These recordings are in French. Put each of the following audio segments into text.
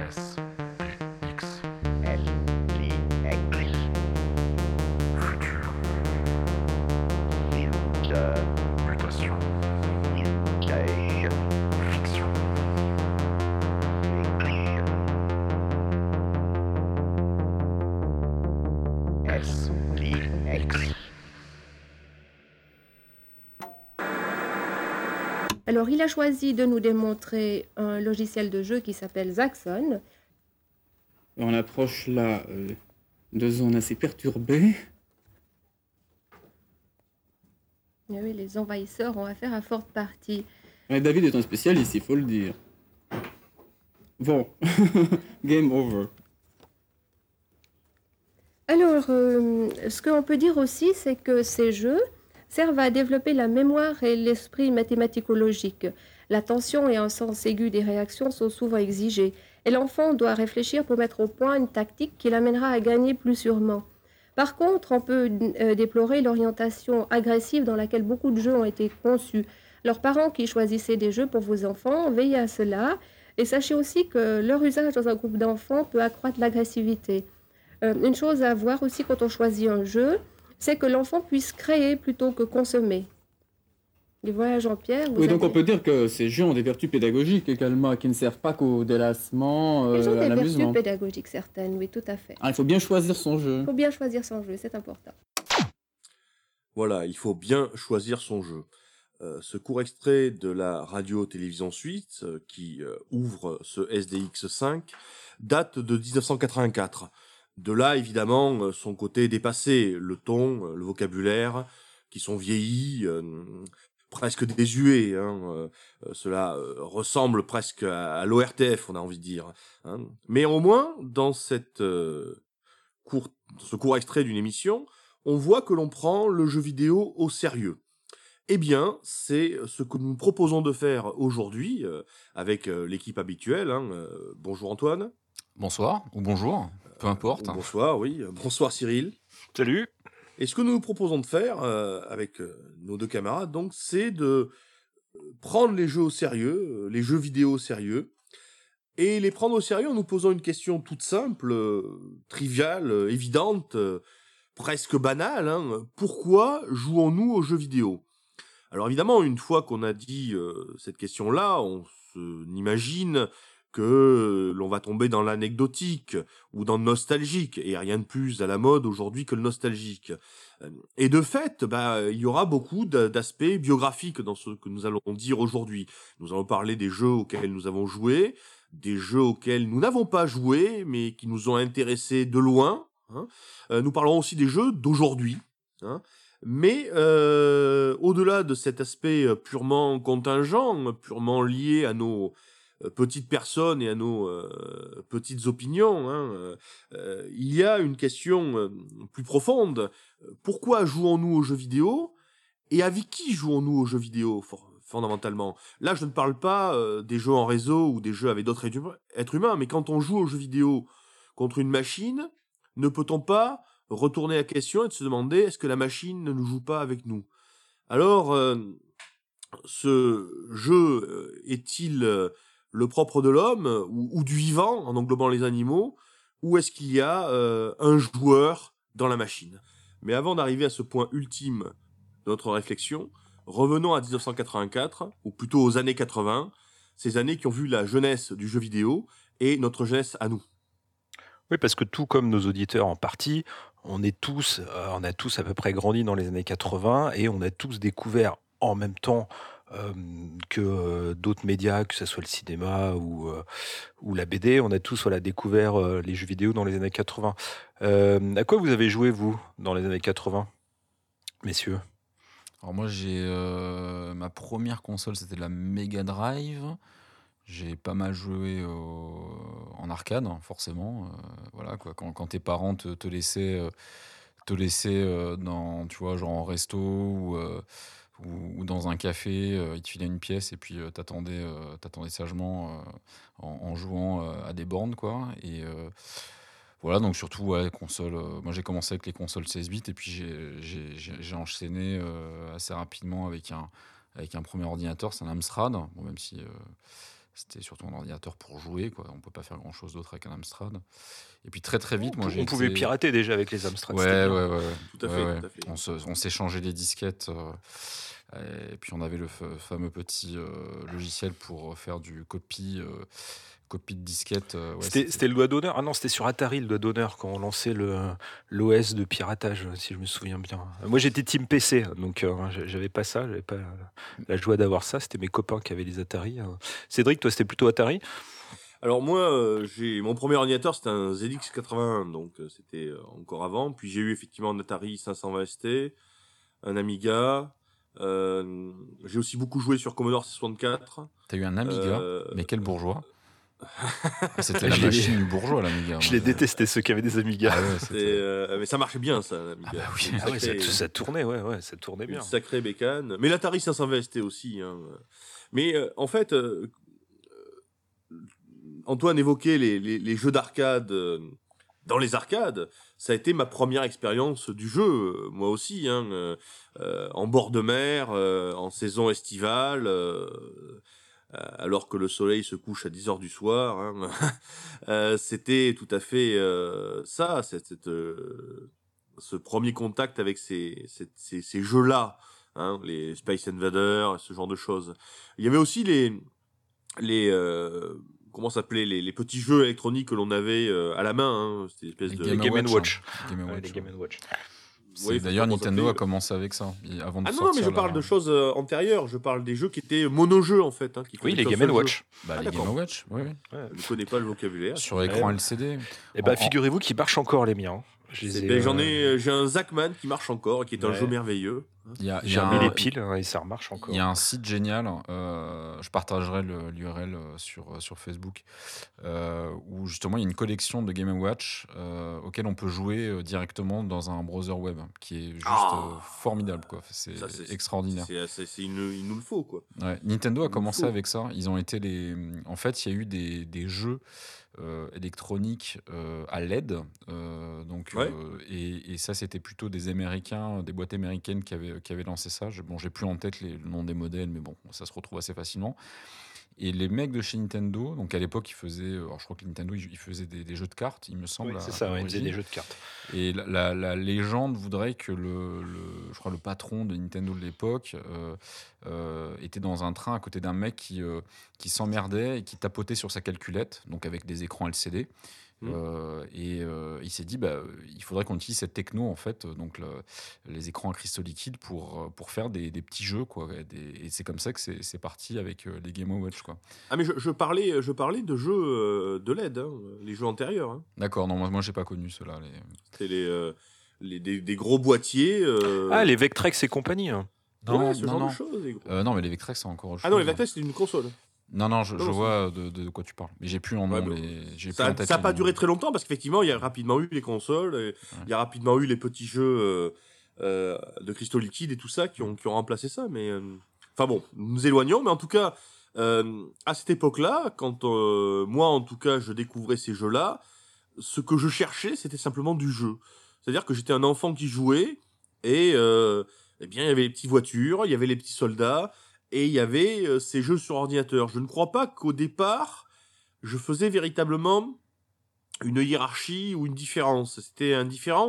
S, P, X. S, P, X. Futur. Future. Mutation. Mutation. Fiction. Fiction. S, P, X. Alors, il a choisi de nous démontrer un logiciel de jeu qui s'appelle Zaxxon. On approche là de zones assez perturbées. Ah oui, les envahisseurs ont affaire à forte partie. Ouais, David est un spécialiste, il faut le dire. Bon, game over. Alors, ce qu'on peut dire aussi, c'est que ces jeux servent à développer la mémoire et l'esprit mathématico-logique. L'attention et un sens aigu des réactions sont souvent exigés, et l'enfant doit réfléchir pour mettre au point une tactique qui l'amènera à gagner plus sûrement. Par contre, on peut déplorer l'orientation agressive dans laquelle beaucoup de jeux ont été conçus. Leurs parents qui choisissaient des jeux pour vos enfants, veillez à cela, et sachez aussi que leur usage dans un groupe d'enfants peut accroître l'agressivité. Une chose à voir aussi quand on choisit un jeu, c'est que l'enfant puisse créer plutôt que consommer. Et voilà, Jean-Pierre. Oui, donc on peut dire que ces jeux ont des vertus pédagogiques également, qui ne servent pas qu'au délassement, Ils ont à des l'amusement. vertus pédagogiques certaines, oui, tout à fait. Ah, il faut bien choisir son jeu. Il faut bien choisir son jeu, c'est important. Voilà, il faut bien choisir son jeu. Ce court extrait de la radio-télévision suisse, qui ouvre ce SDX5, date de 1984. De là, évidemment, son côté dépassé, le ton, le vocabulaire, qui sont vieillis, presque désuets. Cela ressemble presque à l'ORTF, on a envie de dire. Hein. Mais au moins, dans ce court extrait d'une émission, on voit que l'on prend le jeu vidéo au sérieux. Eh bien, c'est ce que nous proposons de faire aujourd'hui avec l'équipe habituelle. Bonjour Antoine. Bonsoir, ou bonjour, peu importe. Bonsoir, oui. Bonsoir Cyril. Salut. Et ce que nous nous proposons de faire avec nos deux camarades, donc, c'est de prendre les jeux au sérieux, les jeux vidéo au sérieux, et les prendre au sérieux en nous posant une question toute simple, triviale, évidente, presque banale. Pourquoi jouons-nous aux jeux vidéo ? Alors évidemment, une fois qu'on a dit cette question-là, on imagine que l'on va tomber dans l'anecdotique ou dans le nostalgique, et rien de plus à la mode aujourd'hui que le nostalgique. Et de fait, il y aura beaucoup d'aspects biographiques dans ce que nous allons dire aujourd'hui. Nous allons parler des jeux auxquels nous avons joué, des jeux auxquels nous n'avons pas joué, mais qui nous ont intéressés de loin. Nous parlerons aussi des jeux d'aujourd'hui. Mais au-delà de cet aspect purement contingent, purement lié à nos petites personnes et à nos petites opinions, il y a une question plus profonde. Pourquoi jouons-nous aux jeux vidéo ? Et avec qui jouons-nous aux jeux vidéo, fondamentalement ? Là, je ne parle pas des jeux en réseau ou des jeux avec d'autres êtres humains, mais quand on joue aux jeux vidéo contre une machine, ne peut-on pas retourner la question et de se demander est-ce que la machine ne nous joue pas avec nous ? Alors, ce jeu est-il le propre de l'homme ou du vivant, en englobant les animaux, ou est-ce qu'il y a un joueur dans la machine ? Mais avant d'arriver à ce point ultime de notre réflexion, revenons à 1984, ou plutôt aux années 80, ces années qui ont vu la jeunesse du jeu vidéo et notre jeunesse à nous. Oui, parce que tout comme nos auditeurs en partie, on a tous à peu près grandi dans les années 80 et on a tous découvert en même temps que d'autres médias, que ce soit le cinéma ou la BD, on a tous découvert les jeux vidéo dans les années 80. À quoi vous avez joué, vous, dans les années 80, messieurs ? Alors moi, ma première console, c'était la Mega Drive. J'ai pas mal joué en arcade, forcément. Voilà, quoi. Quand tes parents te laissaient dans, tu vois, genre en resto ou dans un café, ils te filaient une pièce et puis t'attendais sagement en jouant à des bornes, quoi. Et voilà, donc surtout, console. Moi, j'ai commencé avec les consoles 16 bits et puis j'ai enchaîné assez rapidement avec un premier ordinateur, c'est un Amstrad. Bon, même si C'était surtout un ordinateur pour jouer, quoi. On peut pas faire grand-chose d'autre avec un Amstrad. Et puis très très vite, On, moi j'ai on pouvait été... pirater déjà avec les Amstrad. c'était Ouais, bien. ouais, ouais. Tout à Ouais, fait, ouais. tout à fait. On s'échangeait les disquettes. Et puis on avait le fameux petit logiciel pour faire du copie de disquette. Ouais, C'était le doigt d'honneur. Ah non, c'était sur Atari le doigt d'honneur quand on lançait l'OS de piratage, si je me souviens bien. Moi j'étais team PC, donc j'avais pas ça, j'avais pas la joie d'avoir ça. C'était mes copains qui avaient les Atari. Cédric, toi c'était plutôt Atari? Alors moi, mon premier ordinateur, c'était un ZX81, donc c'était encore avant. Puis j'ai eu effectivement un Atari 520 ST, un Amiga. J'ai aussi beaucoup joué sur Commodore 64. T'as eu un Amiga, Euh, mais quel bourgeois. C'était la Je l'ai- machine du bourgeois, l'Amiga. Je moi. les détestais, ceux qui avaient des Amigas. Ah ouais, mais ça marchait bien, ça, l'Amiga. Ah bah oui. Une Ah ouais, sacrée- ça tournait, ouais, ça tournait une bien. sacrée bécane. Mais l'Atari 520 ST aussi. Hein. Mais en fait, Antoine évoquait les jeux d'arcade dans les arcades. Ça a été ma première expérience du jeu, moi aussi, hein, en bord de mer, en saison estivale, alors que le soleil se couche à 10h du soir. Hein. C'était tout à fait ça, ce premier contact avec ces jeux-là, hein, les Space Invaders, ce genre de choses. Il y avait aussi les comment s'appelait les petits jeux électroniques que l'on avait à la main, hein, c'était une espèce Les de Game & Watch. Game & Ouais, Watch, les Game & Watch. C'est- Oui, je sais D'ailleurs, pas comment ça Nintendo a s'appelle. commencé avec ça, avant de Ah non, mais sortir je parle la- de choses antérieures. Je parle des jeux qui étaient monojeux en fait. Hein, qui Oui, faisaient les qu'un Game seul Watch. jeu. Bah, Ah, les d'accord. Game & Watch, oui, oui. Je ne connais pas le vocabulaire. Sur écran Ouais. LCD. Eh ben, En- figurez-vous qu'ils marchent encore les miens. Je les ai, J'ai un Zackman qui marche encore et qui est un Ouais. jeu merveilleux. Il y a, il y J'ai a remis un- les piles et ça remarche encore. il y a un site génial, je partagerai l'URL sur Facebook, où justement il y a une collection de Game & Watch auquel on peut jouer directement dans un browser web, qui est juste formidable, quoi. C'est Ça, c'est- extraordinaire. Il nous le faut quoi. Ouais, Nintendo a Il commencé faut. avec ça. Ils ont été En fait, il y a eu des jeux électroniques à LED. Ouais. Et ça, c'était plutôt des Américains, des boîtes américaines qui avaient lancé ça. J'ai plus en tête le nom des modèles, mais bon, ça se retrouve assez facilement. Et les mecs de chez Nintendo, donc à l'époque, ils faisaient. Alors, je crois que Nintendo, ils faisaient des jeux de cartes, il me semble. Oui, c'est à ça, ouais, ils faisaient l'origine. des jeux de cartes. Et la légende voudrait que je crois le patron de Nintendo de l'époque était dans un train à côté d'un mec qui s'emmerdait et qui tapotait sur sa calculette, donc avec des écrans LCD. Il s'est dit, il faudrait qu'on utilise cette techno, en fait, donc les écrans à cristaux liquides pour faire des petits jeux, quoi. Et c'est comme ça que c'est parti avec les Game & Watch, quoi. Ah mais je parlais de jeux de LED, hein, les jeux antérieurs. Hein. D'accord, non, moi j'ai pas connu ceux-là. C'était des gros boîtiers. Ah, les Vectrex et compagnie. Hein. ouais, ce genre non. de choses. les gros. Non, mais les Vectrex, c'est encore autre Ah non, les chose. Vectrex, c'est une console. Non, je Non, vois de quoi tu parles. Mais j'ai plus en Ouais, nom. mais J'ai plus Ça en tête n'a les pas noms. duré très longtemps parce qu'effectivement, il y a rapidement eu les consoles, et il y a rapidement eu les petits jeux de cristaux liquides et tout ça qui ont remplacé ça. Mais enfin bon, nous nous éloignons. Mais en tout cas, à cette époque-là, quand moi, en tout cas, je découvrais ces jeux-là, ce que je cherchais, c'était simplement du jeu. C'est-à-dire que j'étais un enfant qui jouait et eh bien, il y avait les petites voitures, il y avait les petits soldats. Et il y avait ces jeux sur ordinateur. Je ne crois pas qu'au départ, je faisais véritablement une hiérarchie ou une différence. C'était indifférent.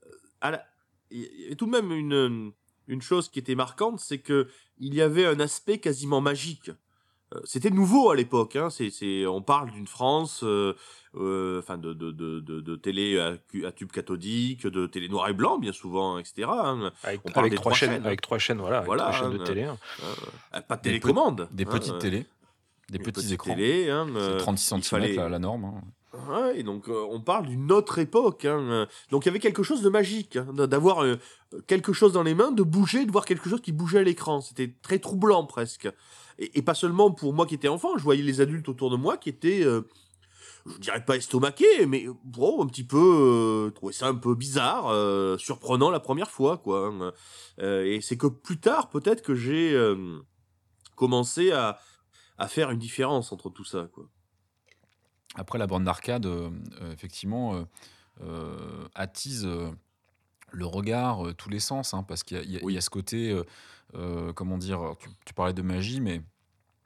Il y avait tout de même une chose qui était marquante, c'est que il y avait un aspect quasiment magique. C'était nouveau à l'époque. Hein. On parle d'une France, enfin de télé à tube cathodique, de télé noir et blanc bien souvent, etc. Hein. Avec, On parle avec des trois trois chaînes, chaînes. avec trois chaînes, voilà, avec Voilà, trois chaînes de hein, télé. Hein. Pas de Des télécommande. Des petites télés. Des Des petits écrans. télés, hein, C'est 36 il cm fallait- la norme. Hein. Ouais, et donc on parle d'une autre époque. Hein. Donc il y avait quelque chose de magique, hein, d'avoir quelque chose dans les mains, de bouger, de voir quelque chose qui bougeait à l'écran. C'était très troublant presque. Et pas seulement pour moi qui étais enfant, je voyais les adultes autour de moi qui étaient, je dirais pas estomaqués, mais bon, un petit peu, trouvaient ça un peu bizarre, surprenant la première fois, quoi. Hein. Et c'est que plus tard, peut-être que j'ai commencé à faire une différence entre tout ça, quoi. Après, la bande d'arcade, effectivement, attise le regard, tous les sens, hein, parce qu'il y a Oui. ce côté, comment dire, tu parlais de magie, mais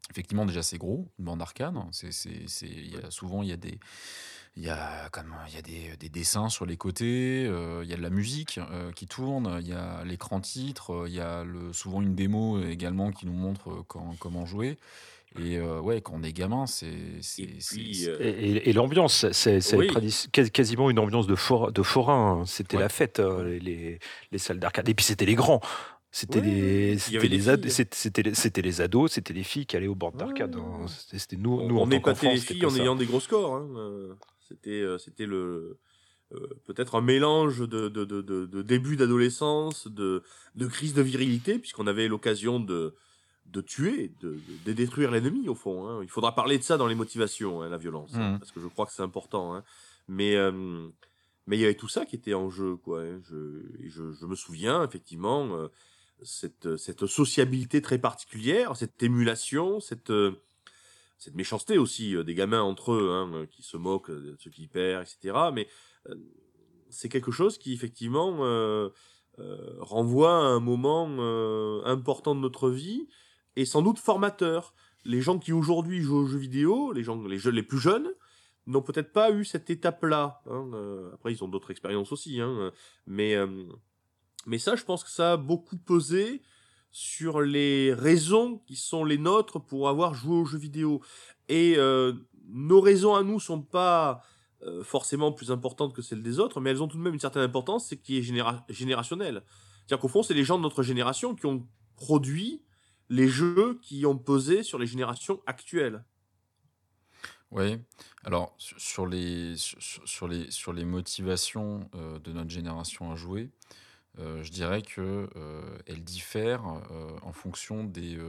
Effectivement, déjà, c'est gros, une bande arcade. Souvent, il y a, il y a des dessins sur les côtés, il y a de la musique qui tourne, il y a l'écran titre, il y a souvent une démo également qui nous montre comment jouer. Et ouais, quand on est gamin, Et puis, Et l'ambiance, c'est oui, quasiment une ambiance de forain. C'était Ouais. la fête, les salles d'arcade. Et puis c'était les grands. C'était ouais, les, il y avait c'était des les, ad- filles. c'était les ados, c'était les filles qui allaient aux bornes d'arcade. Ouais. C'était nous en On tant épatait qu'enfants, les c'était filles pas en ça. ayant des gros scores. Hein. C'était peut-être un mélange de début d'adolescence, de crise de virilité, puisqu'on avait l'occasion de tuer, de détruire l'ennemi, au fond. Hein. Il faudra parler de ça dans les motivations, hein, la violence, hein, Mhm. parce que je crois que c'est important. Hein. Mais il y avait tout ça qui était en jeu, quoi. Hein. Je me souviens, effectivement, cette sociabilité très particulière, cette émulation, cette méchanceté aussi des gamins entre eux, hein, qui se moquent de ceux qui perdent, etc. Mais euh, c'est quelque chose qui, effectivement, renvoie à un moment important de notre vie et sans doute formateur. Les gens qui aujourd'hui jouent aux jeux vidéo, les plus jeunes, n'ont peut-être pas eu cette étape-là. Hein. Après, ils ont d'autres expériences aussi, hein, mais ça, je pense que ça a beaucoup pesé sur les raisons qui sont les nôtres pour avoir joué aux jeux vidéo. Et nos raisons à nous sont pas forcément plus importantes que celles des autres, mais elles ont tout de même une certaine importance, c'est qui est générationnelle. C'est-à-dire qu'au fond, c'est les gens de notre génération qui ont produit les jeux qui ont pesé sur les générations actuelles. Oui. Alors, sur les motivations de notre génération à jouer, je dirais que elles diffèrent en fonction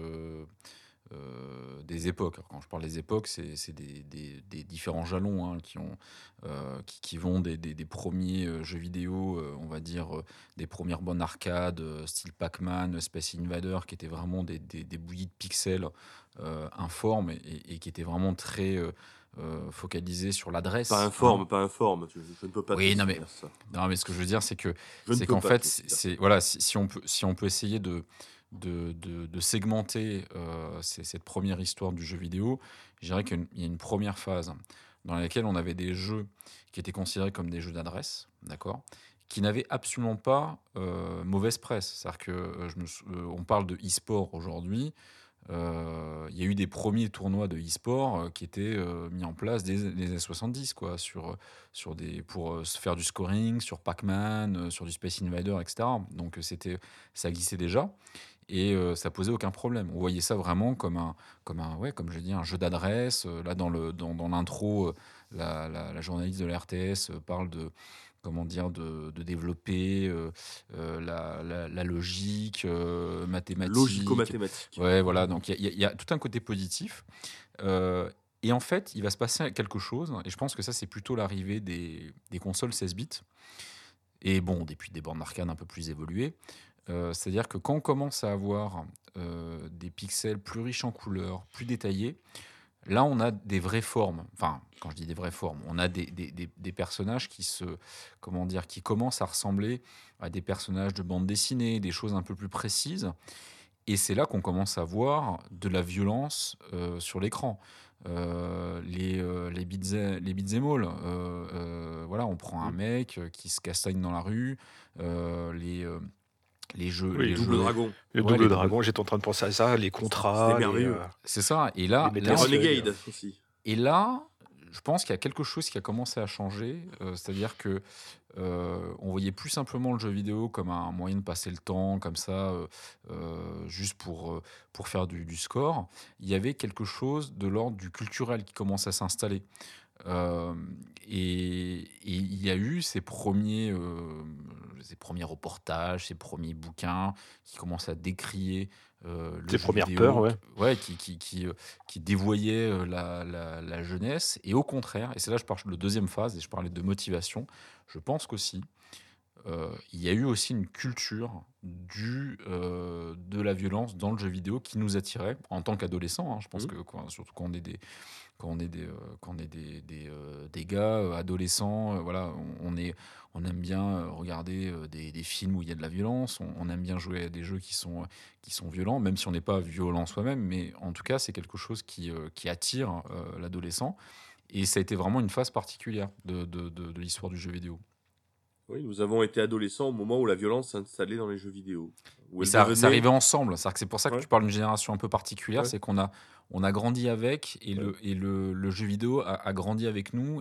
des époques. Alors, quand je parle des époques, c'est des différents jalons hein, qui vont des premiers jeux vidéo, on va dire des premières bonnes arcades, style Pac-Man, Space Invader, qui étaient vraiment des bouillies de pixels informes et qui étaient vraiment très focalisés sur l'adresse. Pas hein. informe, je ne peux pas Oui, te non dire mais, ça. non, mais ce que je veux dire, c'est que Je ne c'est peux qu'en pas fait, te dire. c'est voilà, si on peut essayer de segmenter cette première histoire du jeu vidéo, je dirais qu'il y a une première phase dans laquelle on avait des jeux qui étaient considérés comme des jeux d'adresse, d'accord, qui n'avaient absolument pas mauvaise presse. C'est-à-dire que on parle de e-sport aujourd'hui. Il y a eu des premiers tournois de e-sport qui étaient mis en place dès les années 70, quoi, pour se faire du scoring, sur Pac-Man, sur du Space Invader, etc. Donc ça existait déjà et ça posait aucun problème. On voyait ça vraiment ouais, comme je dis, un jeu d'adresse. Là, dans l'intro, la journaliste de la RTS parle de comment dire, de développer la logique mathématique. Logico-mathématique. Ouais, voilà, donc il y a tout un côté positif. Et en fait, il va se passer quelque chose, et je pense que ça, c'est plutôt l'arrivée des consoles 16 bits, et bon, depuis des bornes d'arcade un peu plus évoluées. C'est-à-dire que quand on commence à avoir des pixels plus riches en couleurs, plus détaillés, là, on a des vraies formes. Enfin, quand je dis des vraies formes, on a des personnages qui commencent à ressembler à des personnages de bande dessinée, des choses un peu plus précises. Et c'est là qu'on commence à voir de la violence sur l'écran. Les beat'em all. Voilà, on prend un mec qui se castagne dans la rue. Les jeux, Oui, les Double jeux. Dragon. Le Ouais, double dragon, j'étais en train de penser à ça, les contrats, C'était merveilleux. C'est ça. Et les là, Metal là, Slug. Renegade aussi. Et là, je pense qu'il y a quelque chose qui a commencé à changer. C'est-à-dire que on voyait plus simplement le jeu vidéo comme un moyen de passer le temps, comme ça, juste pour faire du score. Il y avait quelque chose de l'ordre du culturel qui commence à s'installer. Et il y a eu ces premiers reportages, ces premiers bouquins qui commencent à décrier le Ces jeu premières vidéo, peurs, ouais. qui dévoyaient la jeunesse. Et au contraire, et c'est là que je parle de deuxième phase, et je parlais de motivation, je pense qu'aussi, il y a eu aussi une culture de la violence dans le jeu vidéo qui nous attirait en tant qu'adolescents, hein. Je pense Mhm. que surtout quand on est des gars adolescents, voilà, on aime bien regarder des films où il y a de la violence, on aime bien jouer à des jeux qui sont violents, même si on n'est pas violent soi-même, mais en tout cas, c'est quelque chose qui attire l'adolescent. Et ça a été vraiment une phase particulière de l'histoire du jeu vidéo. Oui, nous avons été adolescents au moment où la violence s'installait dans les jeux vidéo. Où Et elle ça devenait... arrivait ensemble. C'est pour ça que Ouais. tu parles d'une génération un peu particulière, Ouais. c'est qu'on a grandi avec, et Ouais. le jeu vidéo a grandi avec nous.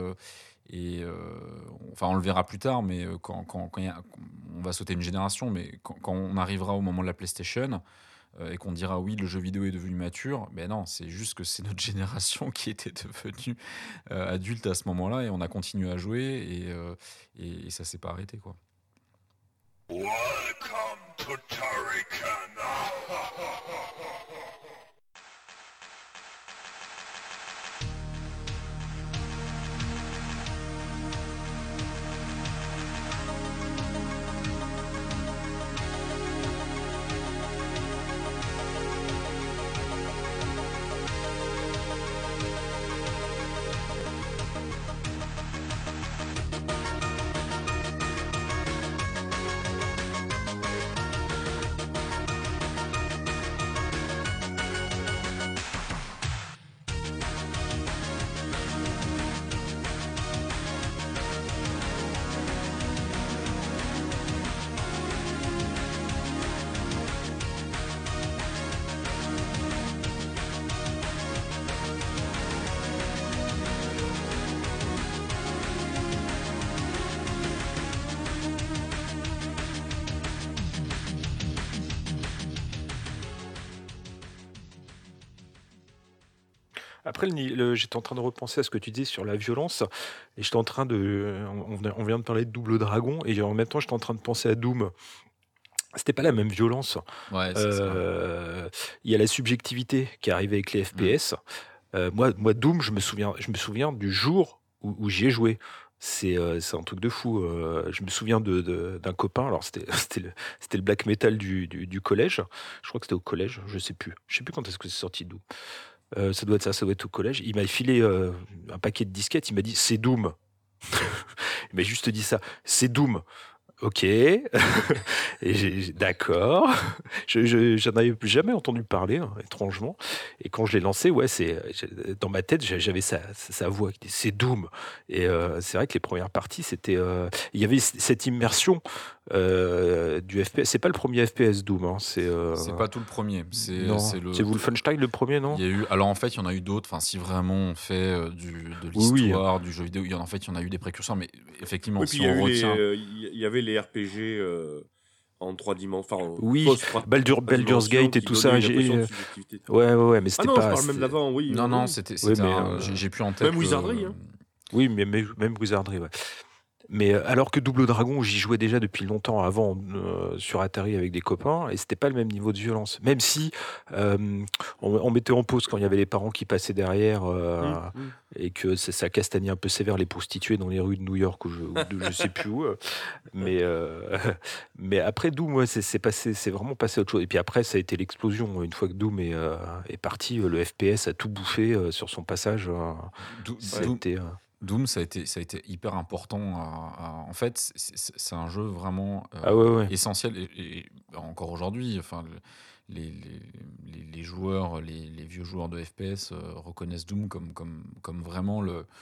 Enfin, on le verra plus tard, mais quand on va sauter une génération, mais quand on arrivera au moment de la PlayStation, et qu'on dira oui, le jeu vidéo est devenu mature, ben non, c'est juste que c'est notre génération qui était devenue adulte à ce moment-là, et on a continué à jouer, et ça s'est pas arrêté, quoi. Après, j'étais en train de repenser à ce que tu disais sur la violence, et j'étais en train de. On vient de parler de Double Dragon, et en même temps, j'étais en train de penser à Doom. C'était pas la même violence. Ouais, c'est ça. Il y a la subjectivité qui arrive avec les FPS. Moi, Doom, je me souviens du jour où j'y ai joué. C'est un truc de fou. Je me souviens d'un copain. Alors, c'était le black metal du collège. Je crois que c'était au collège. Je sais plus quand est-ce que c'est sorti, Doom. Ça doit être ça, ça doit être au collège. Il m'a filé un paquet de disquettes. Il m'a dit c'est Doom. Il m'a juste dit ça, c'est Doom. Ok, et d'accord. J'en avais plus jamais entendu parler, hein, étrangement. Et quand je l'ai lancé, ouais, dans ma tête, j'avais sa voix qui disait c'est Doom. Et c'est vrai que les premières parties, c'était, il y avait cette immersion du FPS. C'est pas le premier FPS Doom, hein, c'est pas tout le premier. C'est Wolfenstein le premier, non? Il y a eu, alors en fait, il y en a eu d'autres. Enfin, si vraiment on fait de Oui, l'histoire du jeu vidéo, il y en a eu des précurseurs, mais effectivement, Oui, si puis on retient. il y avait les RPG en 3 dimensions. Enfin, Oui, Baldur's Gate et tout ça. Ouais, mais c'était non, pas. je parle même d'avant, oui. Non, oui. c'était Ouais, mais, j'ai plus en tête. Même Wizardry, hein. Oui, mais même Wizardry, ouais. Mais alors que Double Dragon, j'y jouais déjà depuis longtemps avant sur Atari avec des copains, et c'était pas le même niveau de violence. Même si on mettait en pause quand il y avait les parents qui passaient derrière et que ça castagnait un peu sévère les prostituées dans les rues de New York ou je sais plus où. Mais après Doom, ouais, c'est vraiment passé à autre chose. Et puis après, ça a été l'explosion. Une fois que Doom est parti, le FPS a tout bouffé sur son passage. Doom, ça a été hyper important. En fait, c'est un jeu vraiment essentiel. Et encore aujourd'hui, enfin, les joueurs, les vieux joueurs de FPS reconnaissent Doom comme vraiment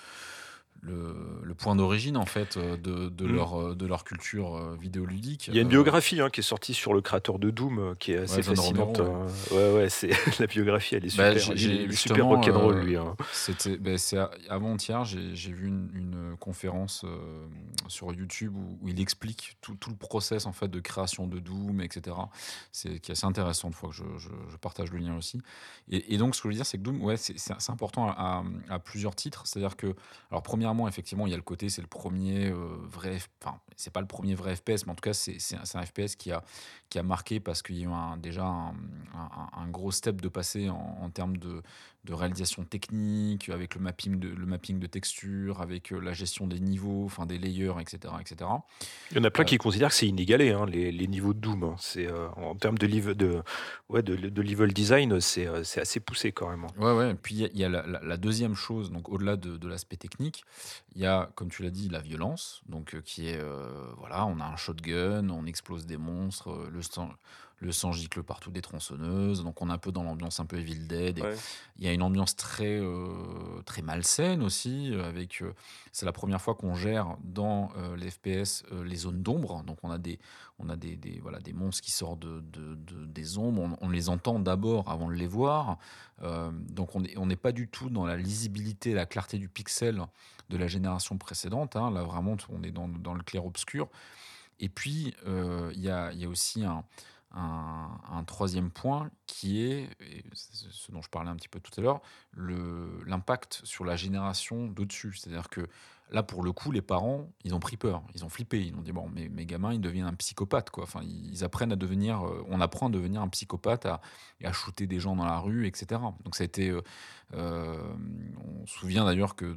le point d'origine, en fait, de leur culture vidéoludique. Il y a une biographie qui est sortie sur le créateur de Doom qui est assez fascinante. Ouais, c'est la biographie, elle est super. Il est super rock'n'roll, lui. C'est avant-hier, j'ai vu une conférence sur YouTube où il explique tout le process, en fait, de création de Doom, etc. C'est qui est assez intéressant, une fois que je partage le lien aussi. Et donc, ce que je veux dire, c'est que Doom, ouais, c'est important à plusieurs titres. C'est-à-dire que, alors, premièrement, premièrement, effectivement, il y a le côté, c'est le premier vrai, enfin, c'est pas le premier vrai FPS, mais en tout cas, c'est un FPS qui a marqué parce qu'il y a eu déjà un gros step de passé en termes de réalisation technique, avec le mapping de texture, avec la gestion des niveaux, enfin des layers, etc., etc. Il y en a plein Euh, qui considèrent que c'est inégalé, hein, les niveaux de Doom, hein. C'est, en termes de level design, c'est assez poussé quand même, hein. Ouais, ouais. Puis il y a la deuxième chose, donc au-delà de l'aspect technique, il y a, comme tu l'as dit, la violence, donc qui est, voilà, on a un shotgun, on explose des monstres, le sang gicle partout des tronçonneuses, donc on est un peu dans l'ambiance un peu Evil Dead. Et Ouais. il y a une ambiance très malsaine aussi, c'est la première fois qu'on gère dans les FPS les zones d'ombre, donc voilà, des monstres qui sortent des ombres, on les entend d'abord avant de les voir. Donc on n'est pas du tout dans la lisibilité, la clarté du pixel de la génération précédente, hein. Là vraiment on est dans le clair-obscur. Et puis il y a aussi un troisième point qui est, et c'est ce dont je parlais un petit peu tout à l'heure, l'impact sur la génération d'au-dessus. C'est-à-dire que là, pour le coup, les parents, ils ont pris peur, ils ont flippé, ils ont dit, bon, mes gamins, ils deviennent un psychopathe, quoi. Enfin, ils apprennent à devenir, on apprend à devenir un psychopathe, à shooter des gens dans la rue, etc. Donc ça a été, on se souvient d'ailleurs que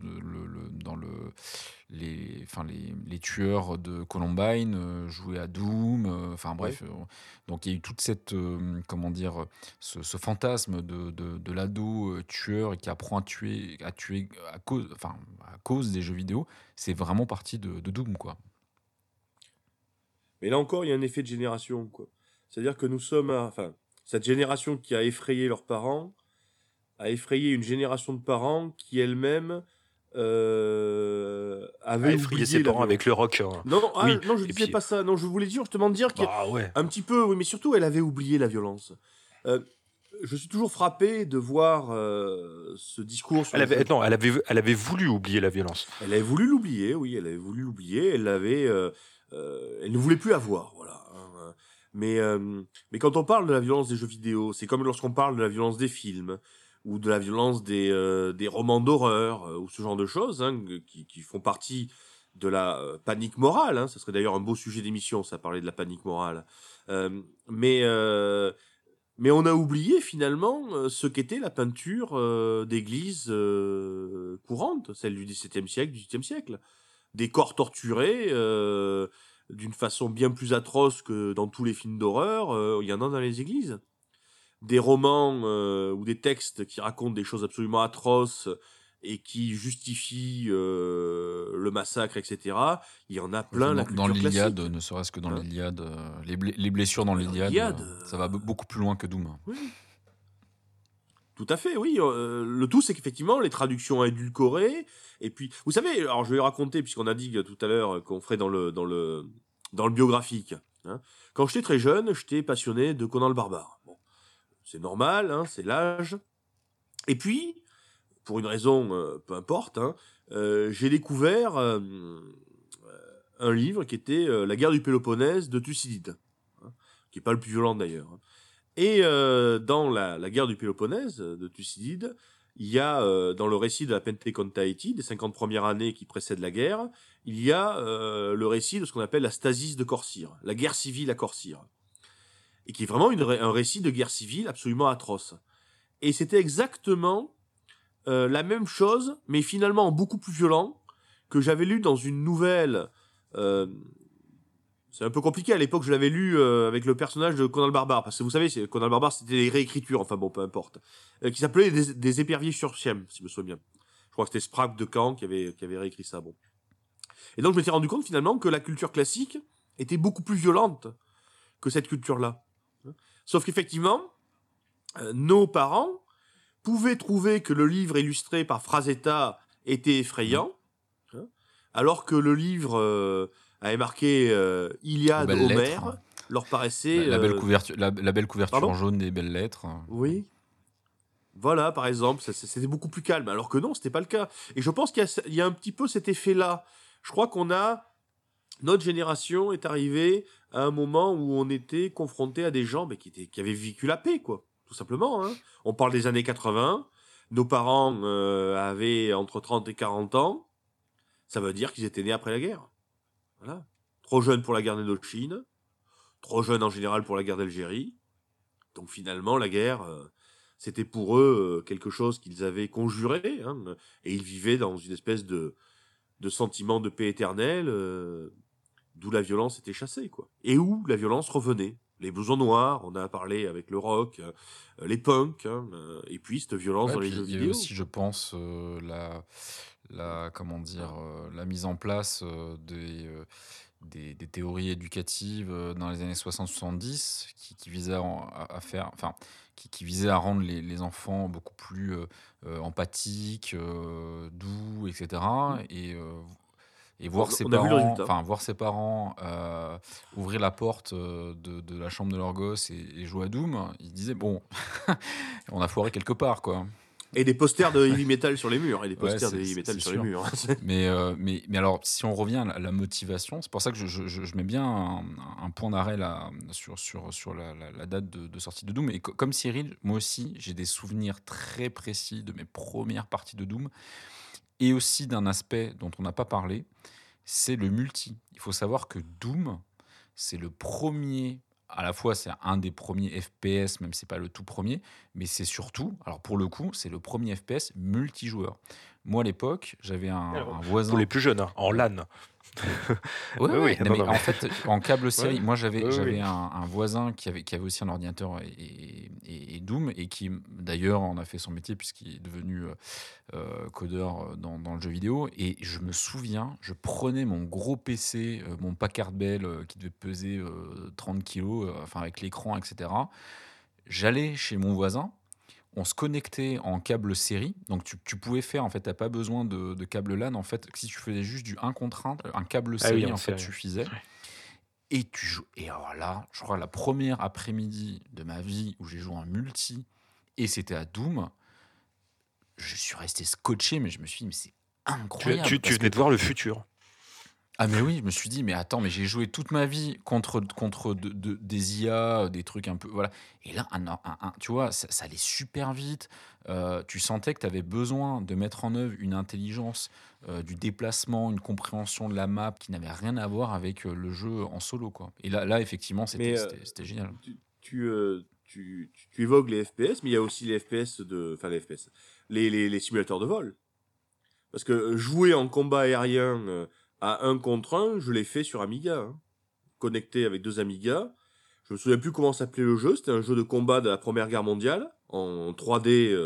les tueurs de Columbine jouaient à Doom, enfin bref, donc il y a eu toute cette, comment dire, ce fantasme de l'ado tueur et qui apprend à tuer à cause des jeux vidéo. C'est vraiment parti de Doom, quoi. Mais là encore, il y a un effet de génération, quoi. C'est-à-dire que nous sommes, enfin, cette génération qui a effrayé leurs parents a effrayé une génération de parents qui elle-même avait À effrayer ses oublié la parents avec violence. le rock, hein. Non, non, Oui, non, je et disais puis, pas ça. Non, je voulais justement dire qu'il y a bah ouais. un petit peu, oui, mais surtout, elle avait oublié la violence. Je suis toujours frappé de voir ce discours sur les jeux. Non, elle avait voulu oublier la violence. Elle avait voulu l'oublier, oui, elle avait voulu l'oublier. Elle ne voulait plus avoir, voilà, hein. Mais quand on parle de la violence des jeux vidéo, c'est comme lorsqu'on parle de la violence des films ou de la violence des romans d'horreur ou ce genre de choses, hein, qui font partie de la panique morale, hein. Ça serait d'ailleurs un beau sujet d'émission, ça, parler de la panique morale. Euh, mais euh, mais on a oublié finalement ce qu'était la peinture d'église courante, celle du XVIIe siècle, du XVIIIe siècle. Des corps torturés d'une façon bien plus atroce que dans tous les films d'horreur, il y en a dans les églises. Des romans ou des textes qui racontent des choses absolument atroces et qui justifient le massacre, etc. Il y en a plein, la Dans culture l'Iliade, classique. ne serait-ce que dans Hein. l'Iliade, les blessures dans Mais dans l'Iliade, l'Iliade, ça va beaucoup plus loin que Doom. oui. Tout à fait, oui. Le tout, c'est qu'effectivement, les traductions édulcorées. Et puis, vous savez, alors je vais raconter, puisqu'on a dit tout à l'heure qu'on ferait dans le biographique. Hein. Quand j'étais très jeune, j'étais passionné de Conan le Barbare. Bon, c'est normal, hein, c'est l'âge. Et puis, pour une raison peu importe, hein, j'ai découvert un livre qui était La guerre du Péloponnèse de Thucydide, hein, qui est pas le plus violent d'ailleurs. Hein. Et dans la guerre du Péloponnèse de Thucydide, il y a, dans le récit de la Pentecontaïti, des 50 premières années qui précèdent la guerre, il y a le récit de ce qu'on appelle la stasis de Corcyre, la guerre civile à Corcyre, et qui est vraiment un récit de guerre civile absolument atroce. Et c'était exactement la même chose, mais finalement beaucoup plus violent, que j'avais lu dans une nouvelle... c'est un peu compliqué, à l'époque je l'avais lu avec le personnage de Conan le Barbare, parce que vous savez, Conan le Barbare c'était des réécritures, enfin bon, peu importe, qui s'appelait des éperviers sur Siem, si je me souviens bien. Je crois que c'était Sprague de Caen qui avait réécrit ça, bon. Et donc je m'étais rendu compte finalement que la culture classique était beaucoup plus violente que cette culture-là. Sauf qu'effectivement, nos parents pouvaient trouver que le livre illustré par Frazetta était effrayant, hein, alors que le livre avait marqué Iliade, Belles Homère, lettres. leur paraissait... La belle couverture, la belle couverture Pardon en jaune des belles lettres. Oui. Voilà, par exemple, c'était beaucoup plus calme, alors que non, c'était pas le cas. Et je pense qu'il y a un petit peu cet effet-là. Je crois notre génération est arrivée à un moment où on était confronté à des gens qui avaient vécu la paix, quoi, tout simplement. Hein. On parle des années 80, nos parents avaient entre 30 et 40 ans, ça veut dire qu'ils étaient nés après la guerre. Voilà. Trop jeunes pour la guerre d'Indochine, trop jeunes en général pour la guerre d'Algérie. Donc finalement, la guerre, c'était pour eux quelque chose qu'ils avaient conjuré, hein, et ils vivaient dans une espèce de sentiment de paix éternelle, d'où la violence était chassée, quoi. Et où la violence revenait. Les blousons noirs, on a parlé avec le rock, les punks, hein, et puis cette violence Ouais, dans les puis jeux il y avait vidéo. aussi, je pense, comment dire, la mise en place des théories éducatives dans les années 60-70 qui visaient à faire, enfin, qui visaient à rendre les enfants beaucoup plus empathiques, doux, etc. Et voir ses On a vu le parents, résultat. enfin voir ses parents ouvrir la porte de la chambre de leur gosse et jouer à Doom, ils disaient bon, on a foiré quelque part, quoi. Et des posters de heavy metal sur les murs. Et des Ouais, posters de heavy metal c'est sur les sûr. murs. Mais alors, si on revient à la motivation, c'est pour ça que je mets bien un point d'arrêt là sur la date de sortie de Doom. Et comme Cyril, moi aussi, j'ai des souvenirs très précis de mes premières parties de Doom et aussi d'un aspect dont on n'a pas parlé, c'est le multi. Il faut savoir que Doom, c'est le premier, à la fois c'est un des premiers FPS, même si c'est pas le tout premier, mais c'est surtout, alors pour le coup, c'est le premier FPS multijoueur. Moi à l'époque, j'avais un Pour voisin. les plus jeunes, hein, en LAN. Ouais, Oui, ouais, oui, non, mais non, en mais- fait, en câble série, Ouais. moi j'avais Oui, oui. j'avais un voisin qui avait aussi un ordinateur et Doom, et qui d'ailleurs en a fait son métier puisqu'il est devenu codeur dans le jeu vidéo. Et je me souviens, je prenais mon gros PC, mon Packard Bell qui devait peser 30 kilos, enfin avec l'écran, etc. J'allais chez mon voisin. On se connectait en câble série, donc tu pouvais faire, en fait, t'as pas besoin de câble LAN, en fait, si tu faisais juste du 1 contre 1, un câble Ah oui, série, en en fait, série. suffisait. Et tu joues. Et alors là, je crois la première après-midi de ma vie où j'ai joué un multi, et c'était à Doom, je suis resté scotché, mais je me suis dit, mais c'est incroyable. Tu parce venais que- de voir le futur. Ah mais oui, je me suis dit, mais attends, mais j'ai joué toute ma vie contre des IA, des trucs un peu, voilà. Et là, tu vois, ça allait super vite. Tu sentais que tu avais besoin de mettre en œuvre une intelligence du déplacement, une compréhension de la map qui n'avait rien à voir avec le jeu en solo, quoi. Et là effectivement, Mais, c'était génial. Tu évoques les FPS, mais il y a aussi les FPS enfin les FPS, les simulateurs de vol. Parce que jouer en combat aérien à 1 contre 1, je l'ai fait sur Amiga, hein. Connecté avec 2 Amiga. Je me souviens plus comment s'appelait le jeu. C'était un jeu de combat de la Première Guerre mondiale en 3D,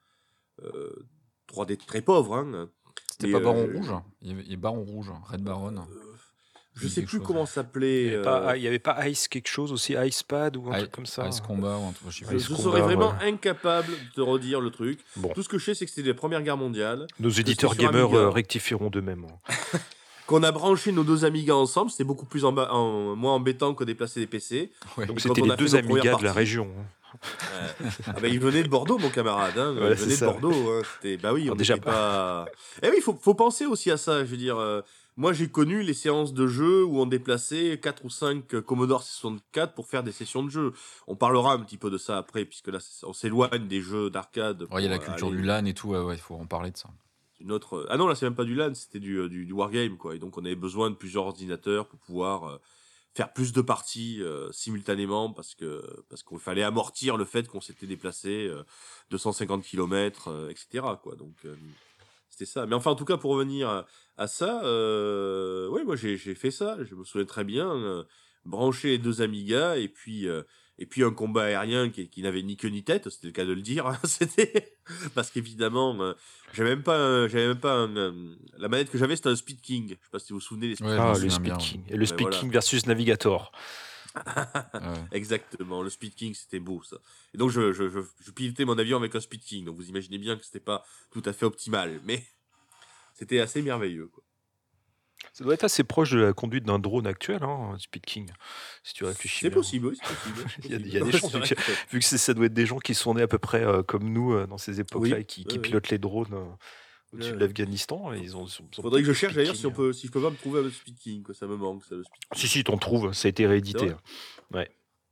3D très pauvre, hein. C'était Mais, pas Baron Rouge? Il y avait Baron Rouge, Red Baron. Je sais quelque plus chose. comment s'appelait. Il y avait pas Ice quelque chose aussi, Ice Pad ou un truc comme ça. Ice Combat ou un truc, je sais Je, pas. Ice je Combat, serais vraiment ouais. incapable de te redire le truc. Bon, Tout ce que je sais, c'est que c'était la Première Guerre mondiale. nos éditeurs c'était sur gamers Amiga. rectifieront d'eux-mêmes. Qu'on a branché nos 2 Amigas ensemble, c'était beaucoup plus moins embêtant que déplacer des PC. Ouais. Donc Et c'était quand on les a fait deux nos premières Amigas de la parties- région. Ah bah, il venait de Bordeaux, mon camarade. Hein. Ouais, Il c'est venait de ça. Bordeaux. Hein. C'était... Bah oui, Alors, on déjà n'était pas... Eh oui, faut penser aussi à ça. Je veux dire, moi j'ai connu les séances de jeu où on déplaçait 4 ou 5 Commodore 64 pour faire des sessions de jeu. On parlera un petit peu de ça après, puisque là on s'éloigne des jeux d'arcade. Ouais, il y a la pour culture aller- du LAN et tout, ouais, il faut en parler de ça. une autre... Ah non, là c'est même pas du LAN, c'était du wargame, quoi. Et donc on avait besoin de plusieurs ordinateurs pour pouvoir faire plus de parties simultanément parce qu'il fallait amortir le fait qu'on s'était déplacé 250 km, etc. quoi. Donc c'était ça. Mais enfin, en tout cas, pour revenir à ça, ouais, moi j'ai fait ça. Je me souviens très bien brancher les 2 Amigas et puis un combat aérien qui n'avait ni queue ni tête. C'était le cas de le dire. Hein. C'était parce qu'évidemment, j'avais même pas la manette que j'avais, c'était un Speed King. Je sais pas si vous vous souvenez des Speed Ouais, King. je m'en Le souviens Speed bien, King. ouais. Et le Speed voilà. King versus Navigator. Ouais. Exactement, le Speed King, c'était beau ça. Et donc je pilotais mon avion avec un Speed King, donc vous imaginez bien que c'était pas tout à fait optimal, mais c'était assez merveilleux, quoi. Ça doit être assez proche de la conduite d'un drone actuel, hein, Speed King, si tu réfléchis C'est bien. possible, oui, c'est possible. c'est Il y a- possible. il y a des chances, C'est vrai que- Vu que ça doit être des gens qui sont nés à peu près comme nous dans ces époques-là Oui, et qui ouais. pilotent les drones au-dessus de Ouais. l'Afghanistan. Et ils ont Faudrait que je peut-être cherche Speed d'ailleurs King. si je peux pas me trouver un Speed King, quoi. Ça me manque, ça, le Speed King. Si, t'en trouves, ça a été réédité. C'est vrai Ouais.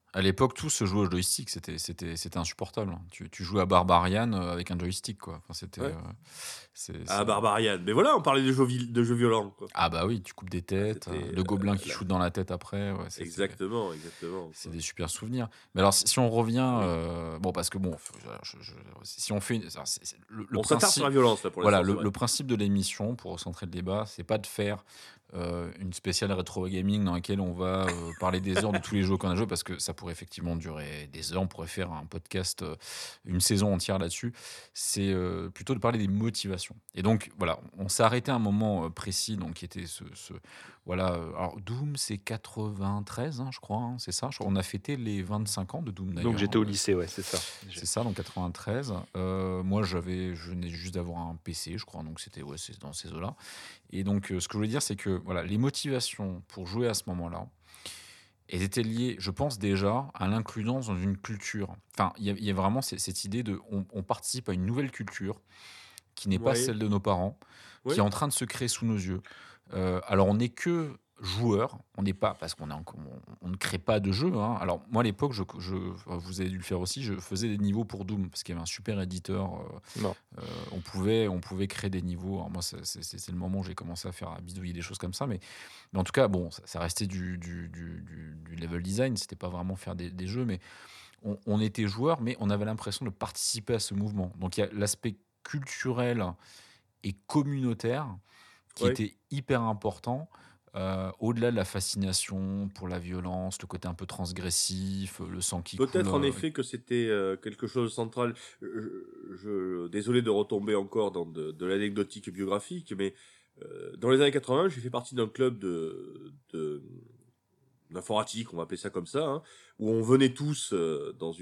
À l'époque, tout se jouait au joystick, c'était insupportable, hein. Tu jouais à Barbarian avec un joystick, quoi. Enfin, Ouais. c'est- Ah, c'est- Barbarian. Mais voilà, on parlait de jeux violents, quoi. Ah bah oui, tu coupes des têtes, C'était le gobelin qui là. shoot dans la tête après, ouais, Exactement. c'est Quoi. des super souvenirs. Mais alors, si on revient, bon, parce que bon, si on fait, alors, le On s'attarde sur principe, la violence, là, pour voilà, l'instant, c'est vrai. le principe de l'émission, pour recentrer le débat, c'est pas de faire une spéciale rétro gaming dans laquelle on va parler des heures de tous les jeux qu'on a joués, parce que ça pourrait effectivement durer des heures. On pourrait faire un podcast, une saison entière là-dessus. C'est plutôt de parler des motivations. Et donc, voilà, on s'est arrêté à un moment précis, donc qui était voilà. Alors, Doom, c'est 93, hein, je crois, hein, c'est ça. On a fêté les 25 ans de Doom, d'ailleurs. Donc j'étais au lycée, ouais, c'est ça. C'est ça, donc 93. Moi, je venais juste d'avoir un PC, je crois, donc c'est dans ces eaux-là. Et donc, ce que je voulais dire, c'est que voilà, les motivations pour jouer à ce moment-là, elles étaient liées, je pense déjà, à l'inclusion dans une culture. Enfin, il y a vraiment cette idée de, on participe à une nouvelle culture qui n'est pas Oui. celle de nos parents, qui est en train de se créer sous nos yeux. Alors, on n'est que joueur, on n'est pas, parce on ne crée pas de jeu, hein. Alors, moi, à l'époque, vous avez dû le faire aussi, je faisais des niveaux pour Doom, parce qu'il y avait un super éditeur. Non. On pouvait créer des niveaux. Alors moi, c'est le moment où j'ai commencé à bidouiller des choses comme ça. Mais en tout cas, bon, ça restait du level design. C'était pas vraiment faire des jeux, mais on était joueurs, mais on avait l'impression de participer à ce mouvement. Donc il y a l'aspect culturel et communautaire qui Ouais. était hyper important. Au-delà de la fascination pour la violence, le côté un peu transgressif, le sang qui coule. Peut-être en effet que c'était quelque chose de central. Désolé de retomber encore dans de l'anecdotique biographique, mais dans les années 80, j'ai fait partie d'un club d'informatique, on va appeler ça comme ça, hein, où on venait tous dans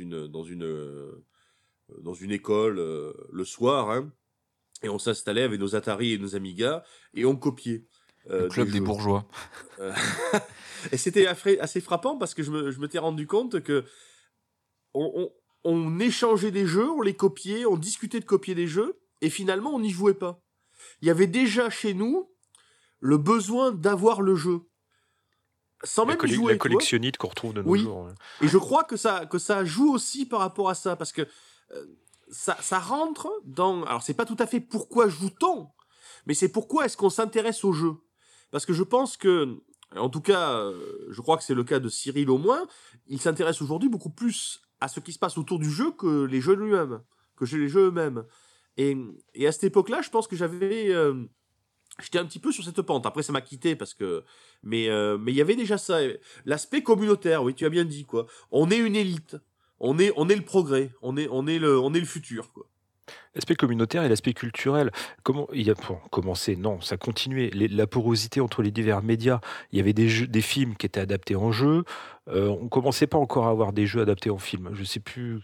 une école le soir, hein, et on s'installait avec nos Atari et nos Amiga, et on copiait Le club des jeux. bourgeois. Euh, et c'était assez frappant parce que je m'étais rendu compte que on échangeait des jeux, on les copiait, on discutait de copier des jeux, et finalement on n'y jouait pas. Il y avait déjà chez nous le besoin d'avoir le jeu. Sans même y jouer, La tu vois. collectionnite qu'on retrouve de nos Oui. jours. Ouais. Et je crois que ça joue aussi par rapport à ça, parce que ça rentre dans... Alors c'est pas tout à fait pourquoi joue-t-on, mais c'est pourquoi est-ce qu'on s'intéresse au jeu. Parce que je pense que, en tout cas, je crois que c'est le cas de Cyril au moins, il s'intéresse aujourd'hui beaucoup plus à ce qui se passe autour du jeu que les jeux eux-mêmes, que chez les jeux eux-mêmes. Et à cette époque-là, je pense que j'étais un petit peu sur cette pente. Après, ça m'a quitté parce que, mais il y avait déjà ça. L'aspect communautaire, oui, tu as bien dit, quoi. On est une élite. On est le progrès. On est le futur, quoi. L'aspect communautaire et l'aspect culturel, commencé, non, ça continuait. La porosité entre les divers médias. Il y avait des films qui étaient adaptés en jeu. On commençait pas encore à avoir des jeux adaptés en film. Je sais plus